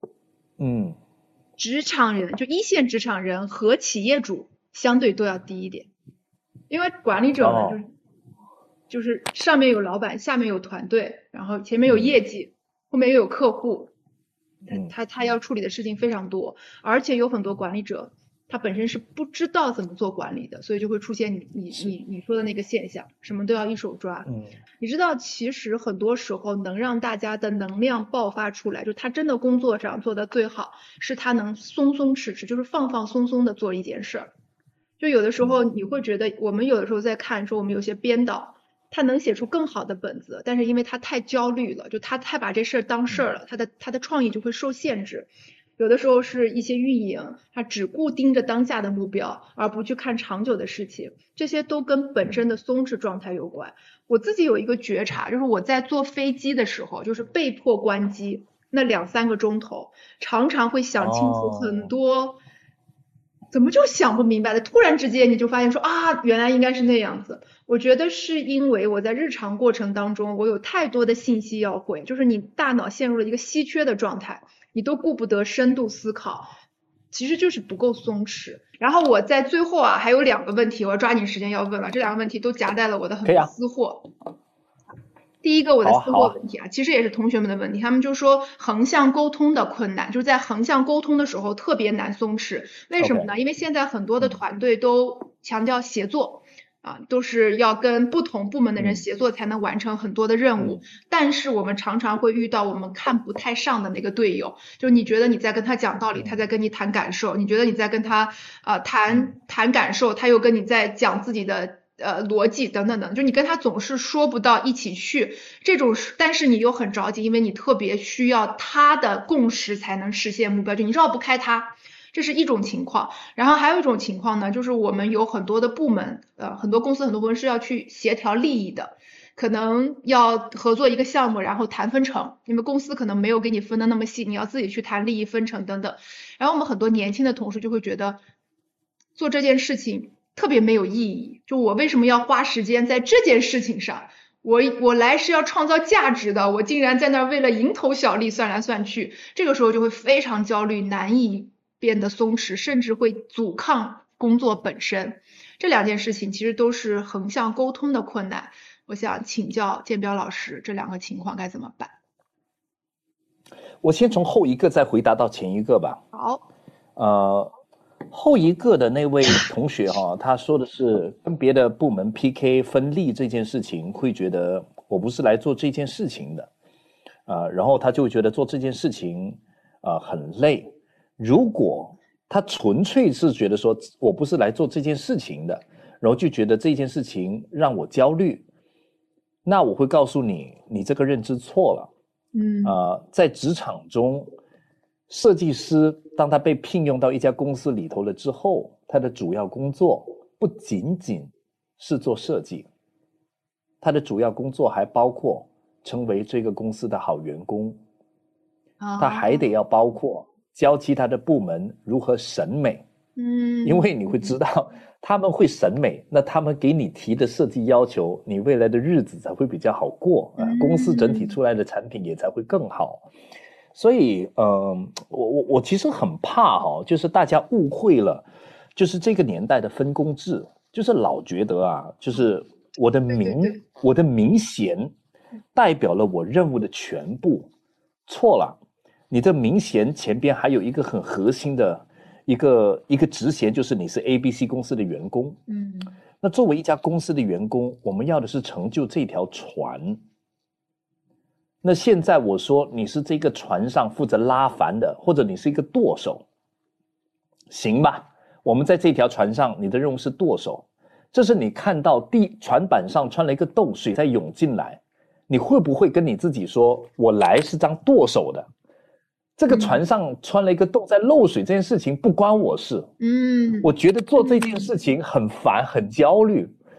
职场人就一线职场人和企业主相对都要低一点，因为管理者呢，就是上面有老板，下面有团队，然后前面有业绩，后面又有客户，他要处理的事情非常多，而且有很多管理者他本身是不知道怎么做管理的，所以就会出现你说的那个现象，什么都要一手抓。你知道其实很多时候能让大家的能量爆发出来，就他真的工作上做的最好，是他能松松弛弛，就是放放松松的做一件事儿。就有的时候你会觉得，我们有的时候在看说我们有些编导他能写出更好的本子，但是因为他太焦虑了，就他太把这事儿当事儿了，他的创意就会受限制。有的时候是一些运营，他只顾盯着当下的目标，而不去看长久的事情，这些都跟本身的松弛状态有关。我自己有一个觉察，就是我在坐飞机的时候，就是被迫关机那2-3个钟头，常常会想清楚很多，怎么就想不明白的，突然之间你就发现说啊，原来应该是那样子。我觉得是因为我在日常过程当中，我有太多的信息要回，就是你大脑陷入了一个稀缺的状态，你都顾不得深度思考，其实就是不够松弛。然后我在最后还有2个问题，我要抓紧时间要问了，这2个问题都夹带了我的很多私货。第一个我的私货问题其实也是同学们的问题，他们就说横向沟通的困难，就是在横向沟通的时候特别难松弛。为什么呢？因为现在很多的团队都强调协作。都是要跟不同部门的人协作才能完成很多的任务，但是我们常常会遇到我们看不太上的那个队友，就你觉得你在跟他讲道理，他在跟你谈感受，你觉得你在跟他谈感受，他又跟你在讲自己的逻辑等等等，就你跟他总是说不到一起去，这种但是你又很着急，因为你特别需要他的共识才能实现目标，就你绕不开他。这是一种情况，然后还有一种情况呢，就是我们有很多的部门，很多公司很多部门是要去协调利益的，可能要合作一个项目，然后谈分成，你们公司可能没有给你分的那么细，你要自己去谈利益分成等等。然后我们很多年轻的同事就会觉得做这件事情特别没有意义，就我为什么要花时间在这件事情上？我来是要创造价值的，我竟然在那儿为了蝇头小利算来算去，这个时候就会非常焦虑，难以变得松弛，甚至会阻抗工作本身。这2件事情其实都是横向沟通的困难。我想请教建彪老师，这2个情况该怎么办？ 我先从后一个再回答到前一个吧。 好。 后一个的那位同学他说的是跟别的部门 PK 分利这件事情，会觉得我不是来做这件事情的，然后他就觉得做这件事情很累。如果他纯粹是觉得说我不是来做这件事情的，然后就觉得这件事情让我焦虑，那我会告诉你，你这个认知错了。在职场中，设计师当他被聘用到一家公司里头了之后，他的主要工作不仅仅是做设计，他的主要工作还包括成为这个公司的好员工，他还得要包括教其他的部门如何审美。因为你会知道他们会审美，那他们给你提的设计要求，你未来的日子才会比较好过，公司整体出来的产品也才会更好。所以我其实很怕就是大家误会了，就是这个年代的分工制，就是老觉得就是我的名衔代表了我任务的全部。错了，你的名衔前边还有一个很核心的一个职衔，就是你是 ABC 公司的员工。那作为一家公司的员工，我们要的是成就这条船。那现在我说你是这个船上负责拉帆的，或者你是一个舵手，行吧？我们在这条船上，你的任务是舵手。这是你看到船板上穿了一个洞，水在涌进来，你会不会跟你自己说，我来是当舵手的？这个船上穿了一个洞在漏水，这件事情不关我事。我觉得做这件事情很烦很焦虑，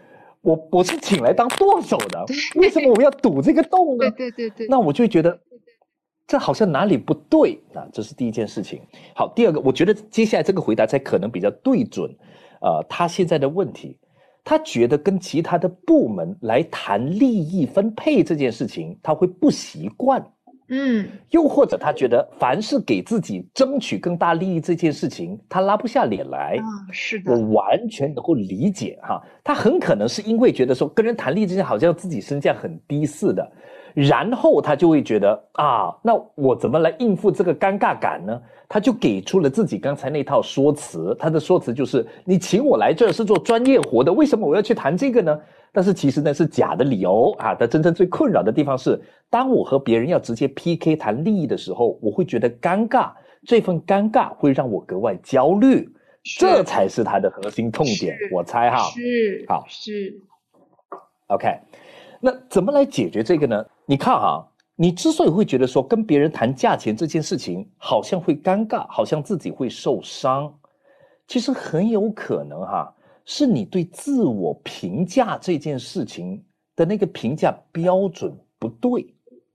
我是请来当舵手的，为什么我要赌这个洞呢？ 对， 那我就会觉得这好像哪里不对啊，这是第一件事情。好，第二个，我觉得接下来这个回答才可能比较对准他现在的问题。他觉得跟其他的部门来谈利益分配这件事情，他会不习惯。又或者他觉得凡是给自己争取更大利益这件事情，他拉不下脸来。 是的， 我完全能够理解哈。他很可能是因为觉得说跟人谈利益之间好像自己身价很低似的，然后他就会觉得那我怎么来应付这个尴尬感呢？他就给出了自己刚才那套说辞。他的说辞就是你请我来这是做专业活的，为什么我要去谈这个呢？但是其实那是假的理由啊。他真正最困扰的地方是，当我和别人要直接 PK 谈利益的时候，我会觉得尴尬，这份尴尬会让我格外焦虑，这才是他的核心痛点，我猜哈。 是 OK， 那怎么来解决这个呢？你看哈，你之所以会觉得说跟别人谈价钱这件事情好像会尴尬，好像自己会受伤，其实很有可能是你对自我评价这件事情的那个评价标准不对。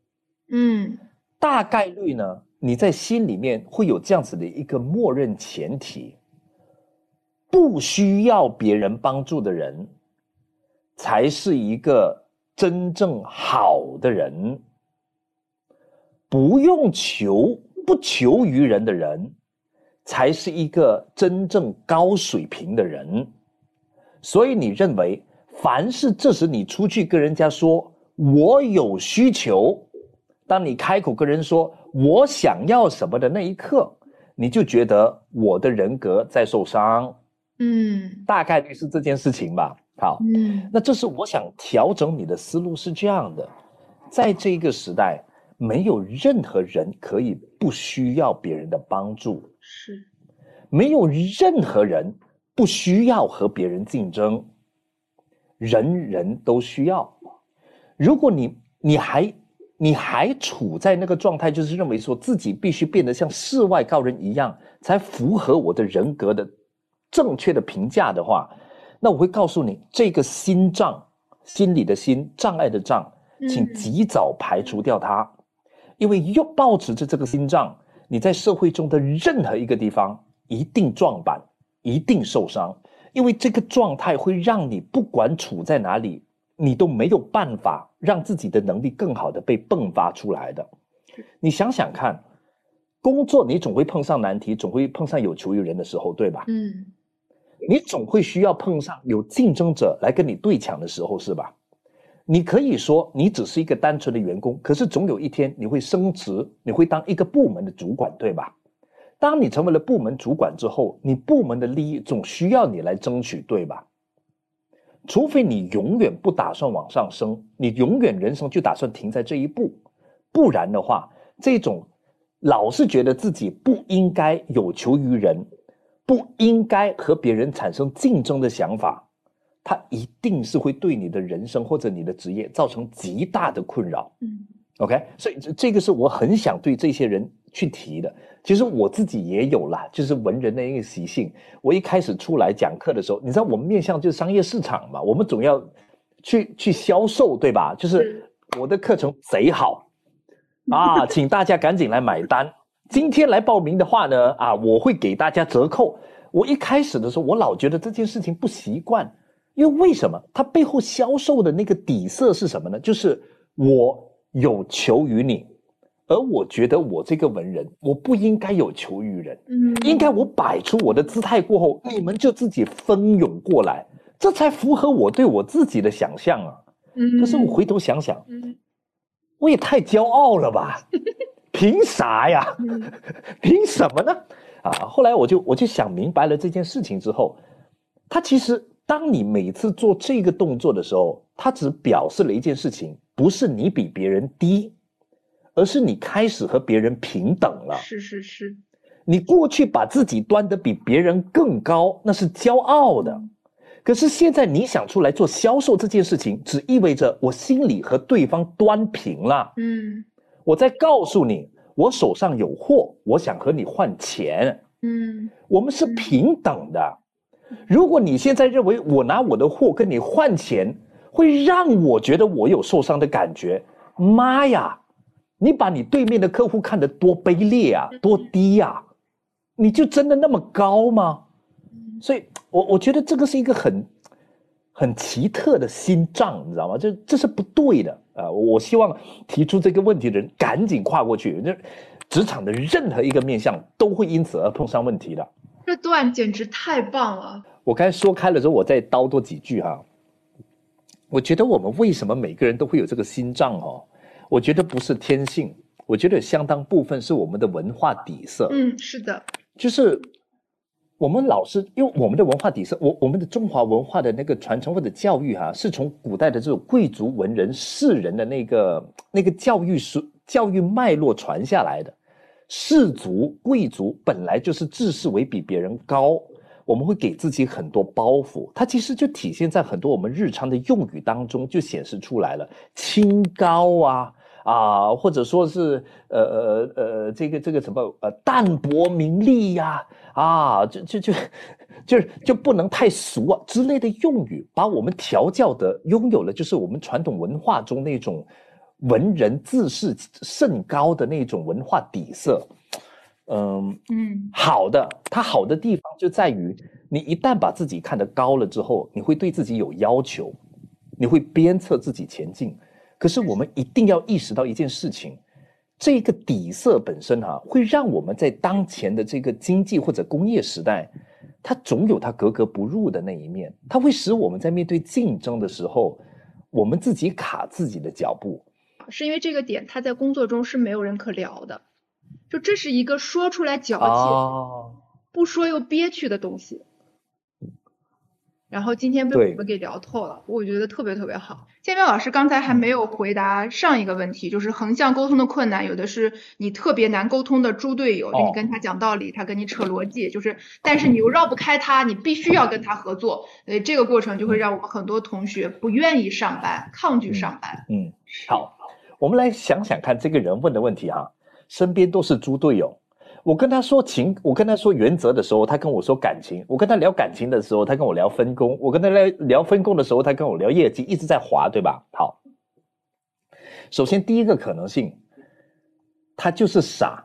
大概率呢，你在心里面会有这样子的一个默认前提，不需要别人帮助的人才是一个真正好的人，不求于人的人才是一个真正高水平的人。所以你认为凡是这时你出去跟人家说我有需求，当你开口跟人说我想要什么的那一刻，你就觉得我的人格在受伤。大概率是这件事情吧。好，那这是我想调整你的思路是这样的，在这个时代没有任何人可以不需要别人的帮助，没有任何人不需要和别人竞争，人人都需要。如果你还处在那个状态，就是认为说自己必须变得像世外高人一样才符合我的人格的正确的评价的话，那我会告诉你，这个心障，心理的心，障碍的障，请及早排除掉它。因为又抱持着这个心障，你在社会中的任何一个地方一定撞板，一定受伤。因为这个状态会让你不管处在哪里，你都没有办法让自己的能力更好的被迸发出来的。你想想看，工作你总会碰上难题，总会碰上有求于人的时候，对吧？你总会需要碰上有竞争者来跟你对抢的时候，是吧？你可以说你只是一个单纯的员工，可是总有一天你会升职，你会当一个部门的主管，对吧？当你成为了部门主管之后，你部门的利益总需要你来争取，对吧？除非你永远不打算往上升，你永远人生就打算停在这一步，不然的话，这种老是觉得自己不应该有求于人，不应该和别人产生竞争的想法，它一定是会对你的人生或者你的职业造成极大的困扰。OK， 所以这个是我很想对这些人去提的。其实我自己也有啦，就是文人的一个习性。我一开始出来讲课的时候，你知道我们面向就是商业市场嘛，我们总要去销售，对吧？就是我的课程贼好请大家赶紧来买单。今天来报名的话呢，我会给大家折扣。我一开始的时候，我老觉得这件事情不习惯，因为为什么？它背后销售的那个底色是什么呢？就是我有求于你，而我觉得我这个文人，我不应该有求于人，应该我摆出我的姿态过后，你们就自己蜂拥过来，这才符合我对我自己的想象啊。可是我回头想想，我也太骄傲了吧，凭啥呀？凭什么呢？后来我就想明白了这件事情之后，它其实当你每次做这个动作的时候，它只表示了一件事情，不是你比别人低，而是你开始和别人平等了。 是。 你过去把自己端得比别人更高，那是骄傲的。可是现在你想出来做销售这件事情，只意味着我心里和对方端平了。我在告诉你，我手上有货，我想和你换钱。我们是平等的。 如果你现在认为我拿我的货跟你换钱，会让我觉得我有受伤的感觉，妈呀，你把你对面的客户看得多卑劣啊，多低啊，你就真的那么高吗？所以我觉得这个是一个很奇特的心脏，你知道吗？这是不对的啊！我希望提出这个问题的人赶紧跨过去。职场的任何一个面向都会因此而碰上问题的。 这段简直太棒了！ 我刚才说开了之后，我再叨多几句哈。我觉得我们为什么每个人都会有这个心脏哦？我觉得不是天性，我觉得有相当部分是我们的文化底色。 是的， 就是我们老是因为我们的文化底色，我们的中华文化的那个传承或者教育哈，是从古代的这种贵族文人士人的那个教育脉络传下来的。士族贵族本来就是自视为比别人高，我们会给自己很多包袱，它其实就体现在很多我们日常的用语当中就显示出来了，清高啊，或者说是这个什么淡泊名利呀就不能太俗啊之类的用语，把我们调教的拥有了就是我们传统文化中那种文人自视甚高的那种文化底色。好的，它好的地方就在于你一旦把自己看得高了之后，你会对自己有要求，你会鞭策自己前进。可是我们一定要意识到一件事情，这个底色本身会让我们在当前的这个经济或者工业时代，它总有它格格不入的那一面，它会使我们在面对竞争的时候，我们自己卡自己的脚步。 是因为这个点他在工作中是没有人可聊的，就这是一个说出来矫情，不说又憋屈的东西。然后今天被我们给聊透了，我觉得特别特别好。建彪老师刚才还没有回答上一个问题，就是横向沟通的困难，有的是你特别难沟通的猪队友，就你跟他讲道理，他跟你扯逻辑，但是你又绕不开他，你必须要跟他合作，这个过程就会让我们很多同学不愿意上班，抗拒上班。 好，我们来想想看这个人问的问题身边都是猪队友。我跟他说我跟他说原则的时候，他跟我说感情；我跟他聊感情的时候，他跟我聊分工；我跟他聊分工的时候，他跟我聊业绩，一直在滑，对吧？好，首先第一个可能性，他就是傻。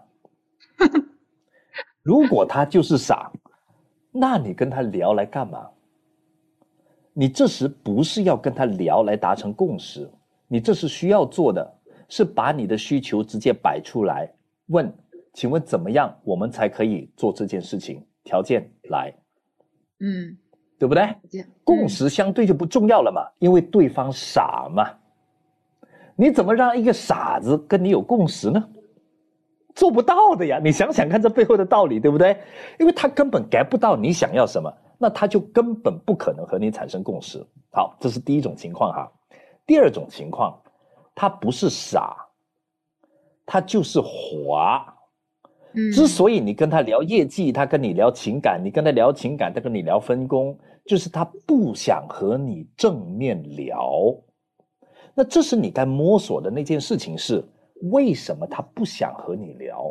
如果他就是傻，那你跟他聊来干嘛？你这时不是要跟他聊来达成共识，你这时需要做的是把你的需求直接摆出来，问请问怎么样我们才可以做这件事情？条件来，对不对？共识相对就不重要了嘛，因为对方傻嘛。你怎么让一个傻子跟你有共识呢？做不到的呀，你想想看这背后的道理，对不对？因为他根本 get 不到你想要什么，那他就根本不可能和你产生共识。好，这是第一种情况第二种情况，他不是傻，他就是滑。之所以你跟他聊业绩，他跟你聊情感，你跟他聊情感，他跟你聊分工，就是他不想和你正面聊。那这是你该摸索的那件事情是，为什么他不想和你聊？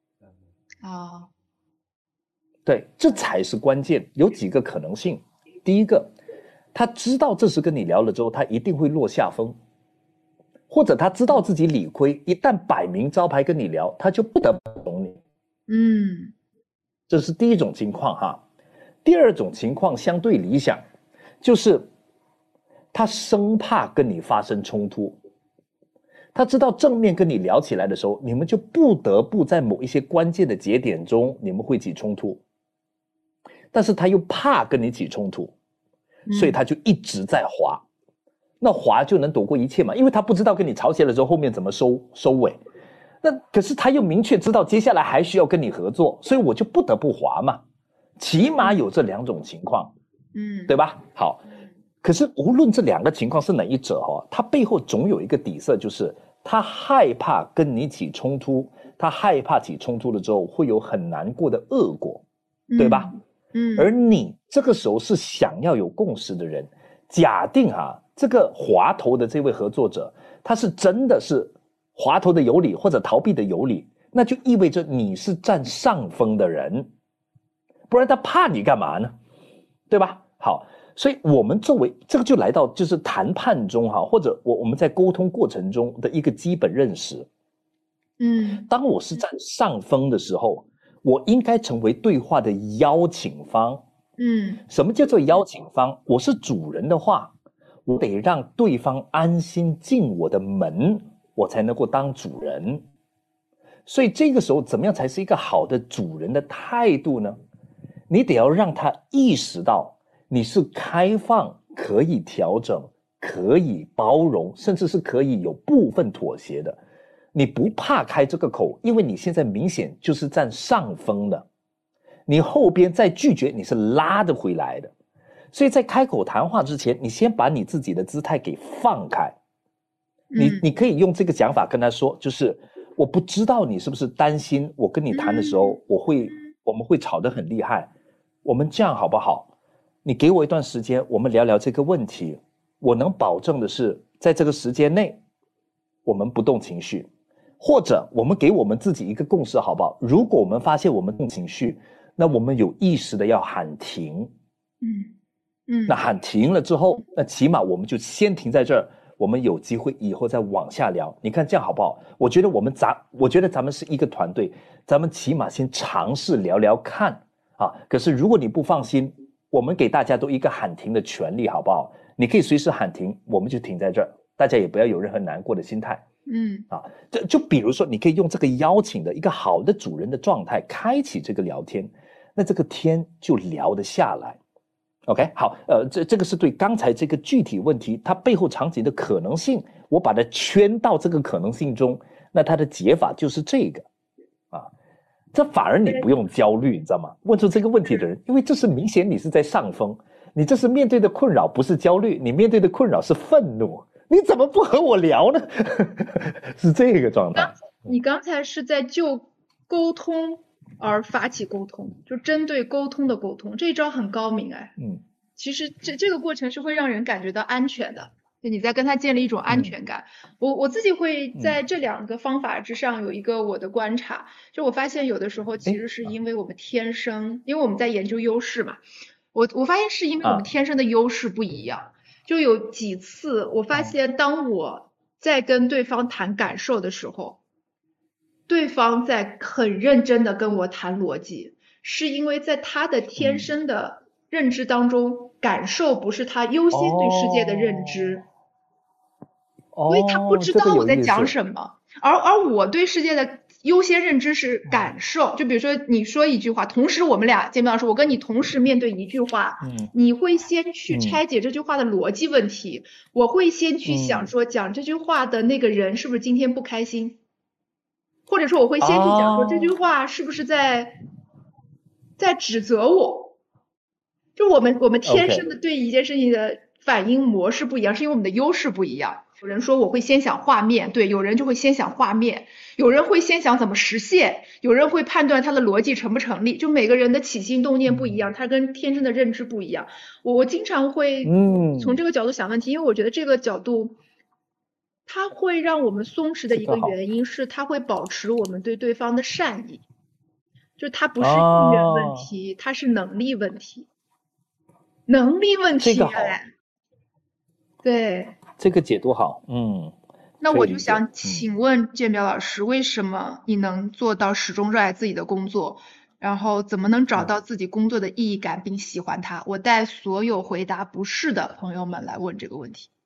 对，这才是关键。有几个可能性。第一个，他知道这时跟你聊了之后，他一定会落下风，或者他知道自己理亏，一旦摆明招牌跟你聊，他就不得不懂你。这是第一种情况第二种情况相对理想，就是他生怕跟你发生冲突。他知道正面跟你聊起来的时候，你们就不得不在某一些关键的节点中你们会起冲突，但是他又怕跟你起冲突，所以他就一直在滑。那滑就能躲过一切嘛，因为他不知道跟你吵起来之后后面怎么收尾。那可是他又明确知道接下来还需要跟你合作，所以我就不得不滑嘛。起码有这两种情况，对吧？好，可是无论这两个情况是哪一者他背后总有一个底色，就是他害怕跟你起冲突，他害怕起冲突了之后会有很难过的恶果，对吧？而你这个时候是想要有共识的人，假定这个滑头的这位合作者，他是真的是滑头的有理或者逃避的有理，那就意味着你是占上风的人，不然他怕你干嘛呢？ 对吧？好，所以我们作为这个就来到就是谈判中哈，或者我们在沟通过程中的一个基本认识。当我是占上风的时候，我应该成为对话的邀请方。什么叫做邀请方？我是主人的话，我得让对方安心进我的门，我才能够当主人。所以这个时候怎么样才是一个好的主人的态度呢？你得要让他意识到你是开放，可以调整，可以包容，甚至是可以有部分妥协的。你不怕开这个口，因为你现在明显就是占上风的，你后边再拒绝你是拉得回来的。所以在开口谈话之前，你先把你自己的姿态给放开。你可以用这个讲法跟他说，就是我不知道你是不是担心我跟你谈的时候我们会吵得很厉害，我们这样好不好？你给我一段时间，我们聊聊这个问题。我能保证的是，在这个时间内我们不动情绪，或者我们给我们自己一个共识好不好？如果我们发现我们动情绪，那我们有意识的要喊停。那喊停了之后，那起码我们就先停在这儿，我们有机会以后再往下聊。你看这样好不好？我觉得咱们是一个团队，咱们起码先尝试聊聊看啊。可是如果你不放心，我们给大家都一个喊停的权利好不好？你可以随时喊停，我们就停在这儿，大家也不要有任何难过的心态。就比如说你可以用这个邀请的一个好的主人的状态开启这个聊天，那这个天就聊得下来。OK， 好，这个是对刚才这个具体问题它背后场景的可能性，我把它圈到这个可能性中，那它的解法就是这个啊。这反而你不用焦虑，你知道吗？问出这个问题的人，因为这是明显你是在上风，你这是面对的困扰不是焦虑，你面对的困扰是愤怒，你怎么不和我聊呢？是这个状态。 你刚才是在就沟通而发起沟通，就针对沟通的沟通，这一招很高明哎。其实这个过程是会让人感觉到安全的，就你在跟他建立一种安全感。我自己会在这两个方法之上有一个我的观察，就我发现有的时候其实是因为我们天生，因为我们在研究优势嘛，我发现是因为我们天生的优势不一样。就有几次我发现当我在跟对方谈感受的时候，对方在很认真的跟我谈逻辑，是因为在他的天生的认知当中，感受不是他优先对世界的认知，所以他不知道我在讲什么。而我对世界的优先认知是感受，就比如说你说一句话，同时我们俩见面的时候，我跟你同时面对一句话，你会先去拆解这句话的逻辑问题，我会先去想说讲这句话的那个人是不是今天不开心，或者说我会先去讲说这句话是不是在指责我。就我们天生的对一件事情的反应模式不一样，是因为我们的优势不一样。有人说我会先想画面，对，有人就会先想画面，有人会先想怎么实现，有人会判断他的逻辑成不成立，就每个人的起心动念不一样，他跟天生的认知不一样。我经常会从这个角度想问题，因为我觉得这个角度它会让我们松弛的一个原因是它会保持我们对对方的善意，就它不是意愿问题，它是能力问题。能力问题， 这个好， 对， 这个解读好， 那我就想请问建彪老师，为什么你能做到始终热爱自己的工作，然后怎么能找到自己工作的意义感并喜欢它？我带所有回答不是的朋友们来问这个问题。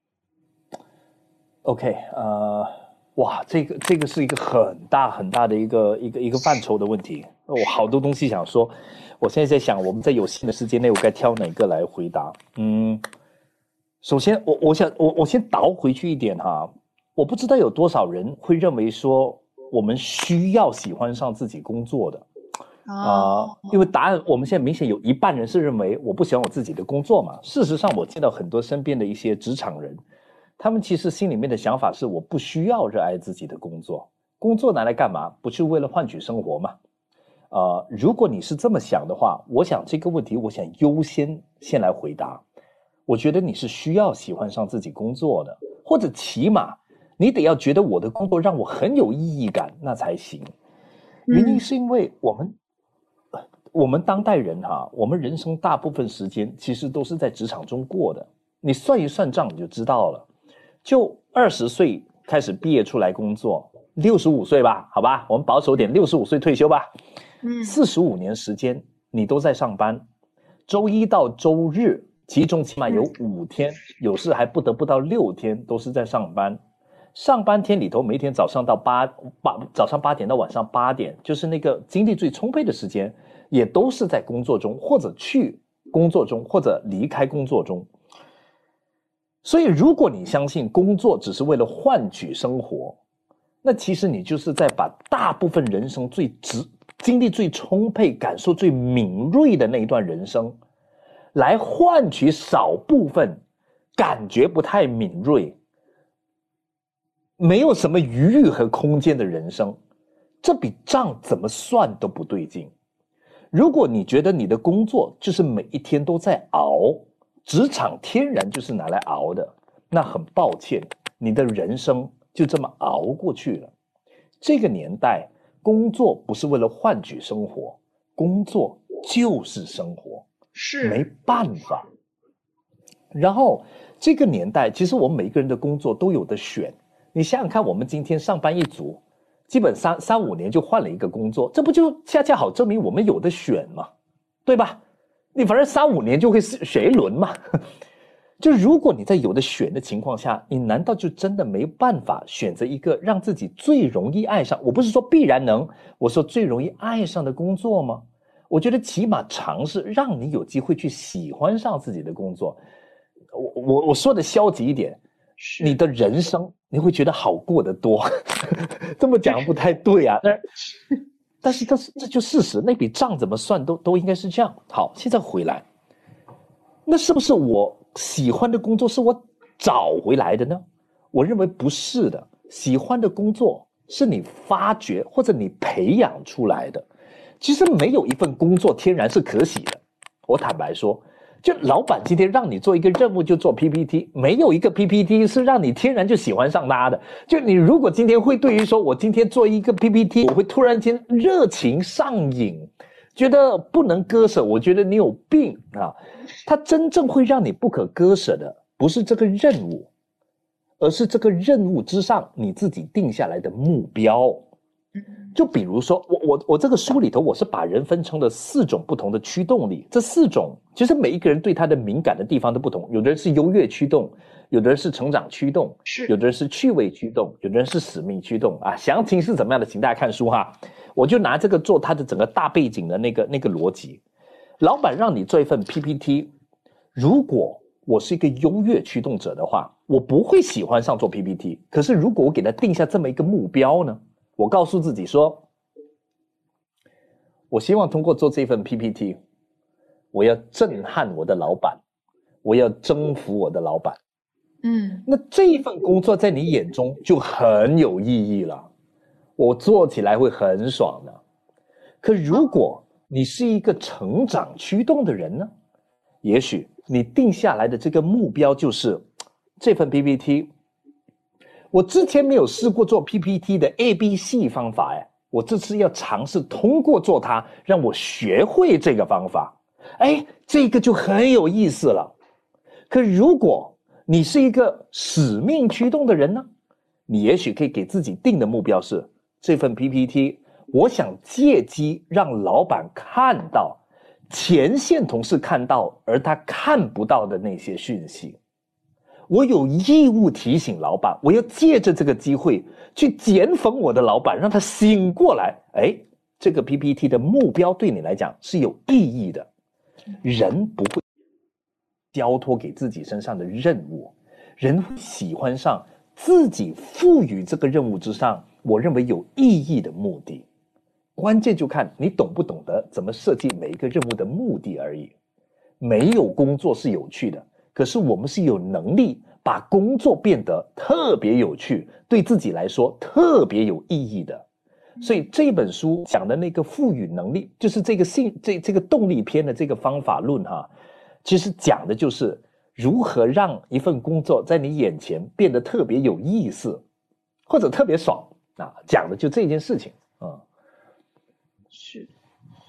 OK， 哇，这个是一个很大很大的一个范畴的问题，我好多东西想说。我现在在想，我们在有限的时间内，我该挑哪个来回答？首先，我先倒回去一点哈，我不知道有多少人会认为说我们需要喜欢上自己工作的因为答案我们现在明显有一半人是认为我不喜欢我自己的工作嘛。事实上，我见到很多身边的一些职场人，他们其实心里面的想法是我不需要热爱自己的工作，工作拿来干嘛？不是为了换取生活嘛？如果你是这么想的话，我想这个问题我想优先先来回答。我觉得你是需要喜欢上自己工作的，或者起码你得要觉得我的工作让我很有意义感，那才行。原因是因为我们我们当代人我们人生大部分时间其实都是在职场中过的。你算一算账你就知道了，就20岁开始毕业出来工作，65岁吧，好吧，我们保守点，65岁退休吧。45年时间你都在上班，周一到周日其中起码有5天，有时还不得不到6天都是在上班。上班天里头，每天早上8点到晚上8点，就是那个精力最充沛的时间，也都是在工作中，或者去工作中，或者离开工作中。所以如果你相信工作只是为了换取生活，那其实你就是在把大部分人生精力最充沛、感受最敏锐的那一段人生，来换取少部分感觉不太敏锐、没有什么余裕和空间的人生，这笔账怎么算都不对劲。如果你觉得你的工作就是每一天都在熬，职场天然就是拿来熬的，那很抱歉，你的人生就这么熬过去了。这个年代，工作不是为了换取生活，工作就是生活， 是没办法。然后这个年代，其实我们每一个人的工作都有得选。你想想看，我们今天上班一族，基本上3-5年就换了一个工作，这不就恰恰好证明我们有得选吗？对吧？你反正3-5年就会选一轮嘛。就如果你在有的选的情况下，你难道就真的没办法选择一个让自己最容易爱上，我不是说必然能，我说最容易爱上的工作吗？我觉得起码尝试让你有机会去喜欢上自己的工作。我说的消极一点，你的人生你会觉得好过得多。这么讲不太对啊，但是这就事实，那笔账怎么算都应该是这样。好，现在回来，那是不是我喜欢的工作是我找回来的呢？我认为不是的，喜欢的工作是你发掘或者你培养出来的。其实没有一份工作天然是可喜的，我坦白说，就老板今天让你做一个任务就做 PPT， 没有一个 PPT 是让你天然就喜欢上它的。就你如果今天会对于说我今天做一个 PPT， 我会突然间热情上瘾，觉得不能割舍，我觉得你有病啊！它真正会让你不可割舍的，不是这个任务，而是这个任务之上你自己定下来的目标。就比如说，我这个书里头，我是把人分成了4种不同的驱动力。这4种其实每一个人对他的敏感的地方都不同，有的人是优越驱动，有的人是成长驱动，有的人是趣味驱动，有的人是使命驱动啊。详情是怎么样的，请大家看书哈。我就拿这个做他的整个大背景的那个逻辑。老板让你做一份 PPT， 如果我是一个优越驱动者的话，我不会喜欢上做 PPT。可是如果我给他定下这么一个目标呢，我告诉自己说，我希望通过做这份 PPT， 我要震撼我的老板，我要征服我的老板。那这一份工作在你眼中就很有意义了，我做起来会很爽的。可如果你是一个成长驱动的人呢，也许你定下来的这个目标就是这份 PPT， 我之前没有试过做 PPT 的 ABC 方法，我这次要尝试通过做它让我学会这个方法，这个就很有意思了。可如果你是一个使命驱动的人呢，你也许可以给自己定的目标是，这份 PPT 我想借机让老板看到前线同事看到而他看不到的那些讯息，我有义务提醒老板，我要借着这个机会去剪讽我的老板，让他醒过来。这个 PPT 的目标对你来讲是有意义的。人不会交托给自己身上的任务，人会喜欢上自己赋予这个任务之上我认为有意义的目的。关键就看你懂不懂得怎么设计每一个任务的目的而已。没有工作是有趣的，可是我们是有能力把工作变得特别有趣，对自己来说特别有意义的。所以这本书讲的那个赋予能力，就是这个动力篇的这个方法论其实讲的就是如何让一份工作在你眼前变得特别有意思，或者特别爽讲的就这件事情。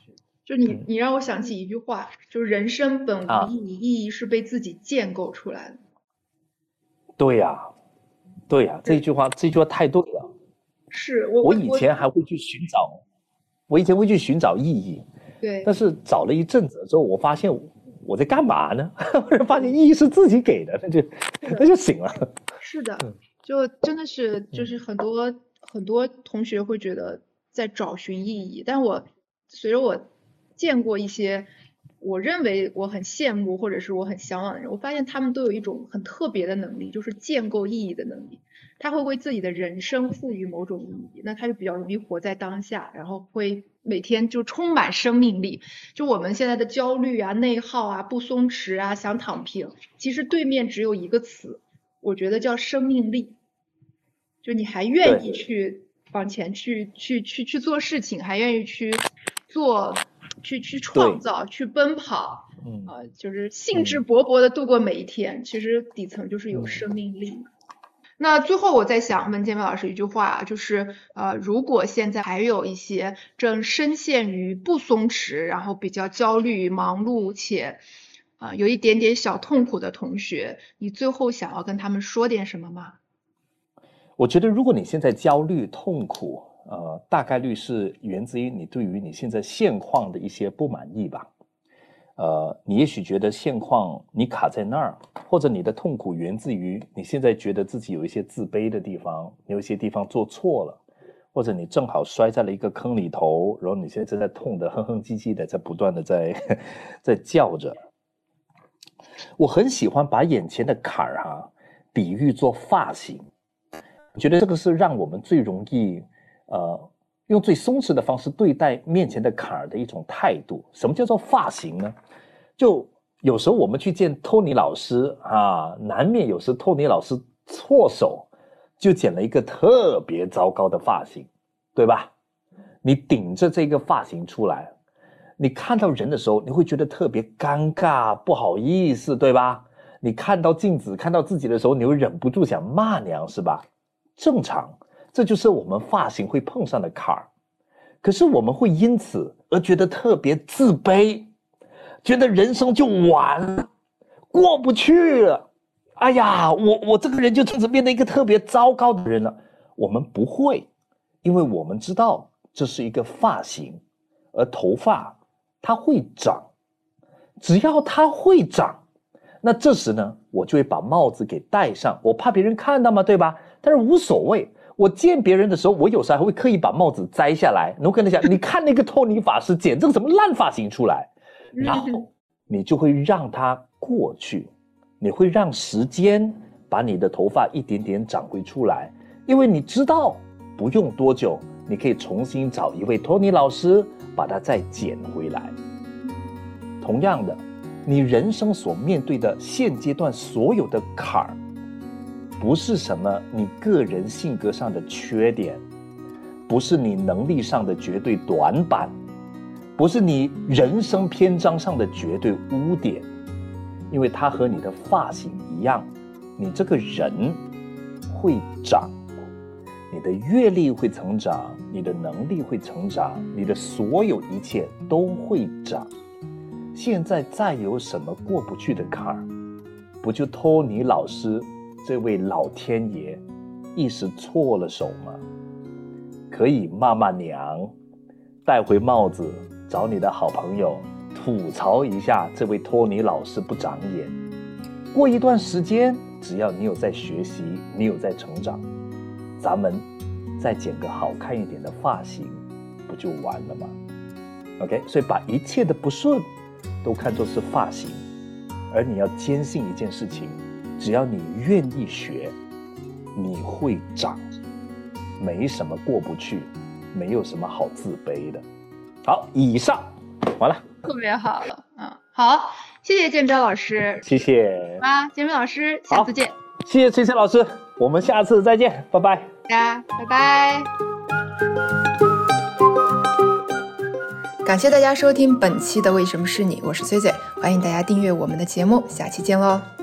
就你让我想起一句话，就是人生本无意义，意义是被自己建构出来的。 对呀，对呀，这句话太对了。 是我以前还会去寻找，意义， 对， 但是找了一阵子之后，我发现我在干嘛呢？我发现意义是自己给的，那就行了。 是的，就真的是就是很多同学会觉得在找寻意义，但随着我见过一些我认为我很羡慕或者是我很向往的人，我发现他们都有一种很特别的能力，就是建构意义的能力。他会为自己的人生赋予某种意义，那他就比较容易活在当下，然后会每天就充满生命力。就我们现在的焦虑啊、内耗啊、不松弛啊、想躺平，其实对面只有一个词，我觉得叫生命力。就你还愿意去往前去做事情，还愿意去做、去创造、去奔跑，就是兴致勃勃的度过每一天。其实底层就是有生命力。那最后我再想问建伟老师一句话，就是如果现在还有一些正深陷于不松弛，然后比较焦虑、忙碌且有一点点小痛苦的同学，你最后想要跟他们说点什么吗？ 我觉得如果你现在焦虑、痛苦，大概率是源自于你对于你现在现况的一些不满意吧。你也许觉得现况你卡在那儿，或者你的痛苦源自于你现在觉得自己有一些自卑的地方，有一些地方做错了，或者你正好摔在了一个坑里头，然后你现在正在痛得哼哼唧唧的，在不断的在叫着。我很喜欢把眼前的坎儿比喻做发型，我觉得这个是让我们最容易用最松弛的方式对待面前的坎儿的一种态度。什么叫做发型呢？就有时候我们去见托尼老师难免有时托尼老师错手就剪了一个特别糟糕的发型，对吧？你顶着这个发型出来，你看到人的时候你会觉得特别尴尬，不好意思，对吧？你看到镜子看到自己的时候，你会忍不住想骂娘，是吧？正常，这就是我们发型会碰上的坎儿。可是我们会因此而觉得特别自卑，觉得人生就完了，过不去了。哎呀，我这个人就从此变得一个特别糟糕的人了。我们不会，因为我们知道这是一个发型，而头发它会长，只要它会长，那这时呢，我就会把帽子给戴上。我怕别人看到嘛，对吧？但是无所谓。我见别人的时候，我有时候还会刻意把帽子摘下来，然后跟他讲，你看那个托尼法师剪这个什么烂发型出来，然后你就会让它过去，你会让时间把你的头发一点点长回出来，因为你知道不用多久，你可以重新找一位托尼老师把它再剪回来。同样的，你人生所面对的现阶段所有的坎儿，不是什么你个人性格上的缺点，不是你能力上的绝对短板，不是你人生篇章上的绝对污点，因为它和你的发型一样，你这个人会长，你的阅历会成长，你的能力会成长，你的所有一切都会长。现在再有什么过不去的坎儿，不就托尼老师这位老天爷一时错了手吗？可以骂骂娘，带回帽子，找你的好朋友吐槽一下这位托尼老师不长眼。过一段时间，只要你有在学习，你有在成长，咱们再剪个好看一点的发型，不就完了吗？ OK， 所以把一切的不顺都看作是发型，而你要坚信一件事情，只要你愿意学，你会长，没什么过不去，没有什么好自卑的。好，以上完了， 特别好了，好，谢谢建彪老师， 谢谢建彪老师，下次见。 谢谢崔崔老师，我们下次再见，拜拜。 大家拜拜。 感谢大家收听本期的为什么是你，我是崔崔，欢迎大家订阅我们的节目，下期见喽。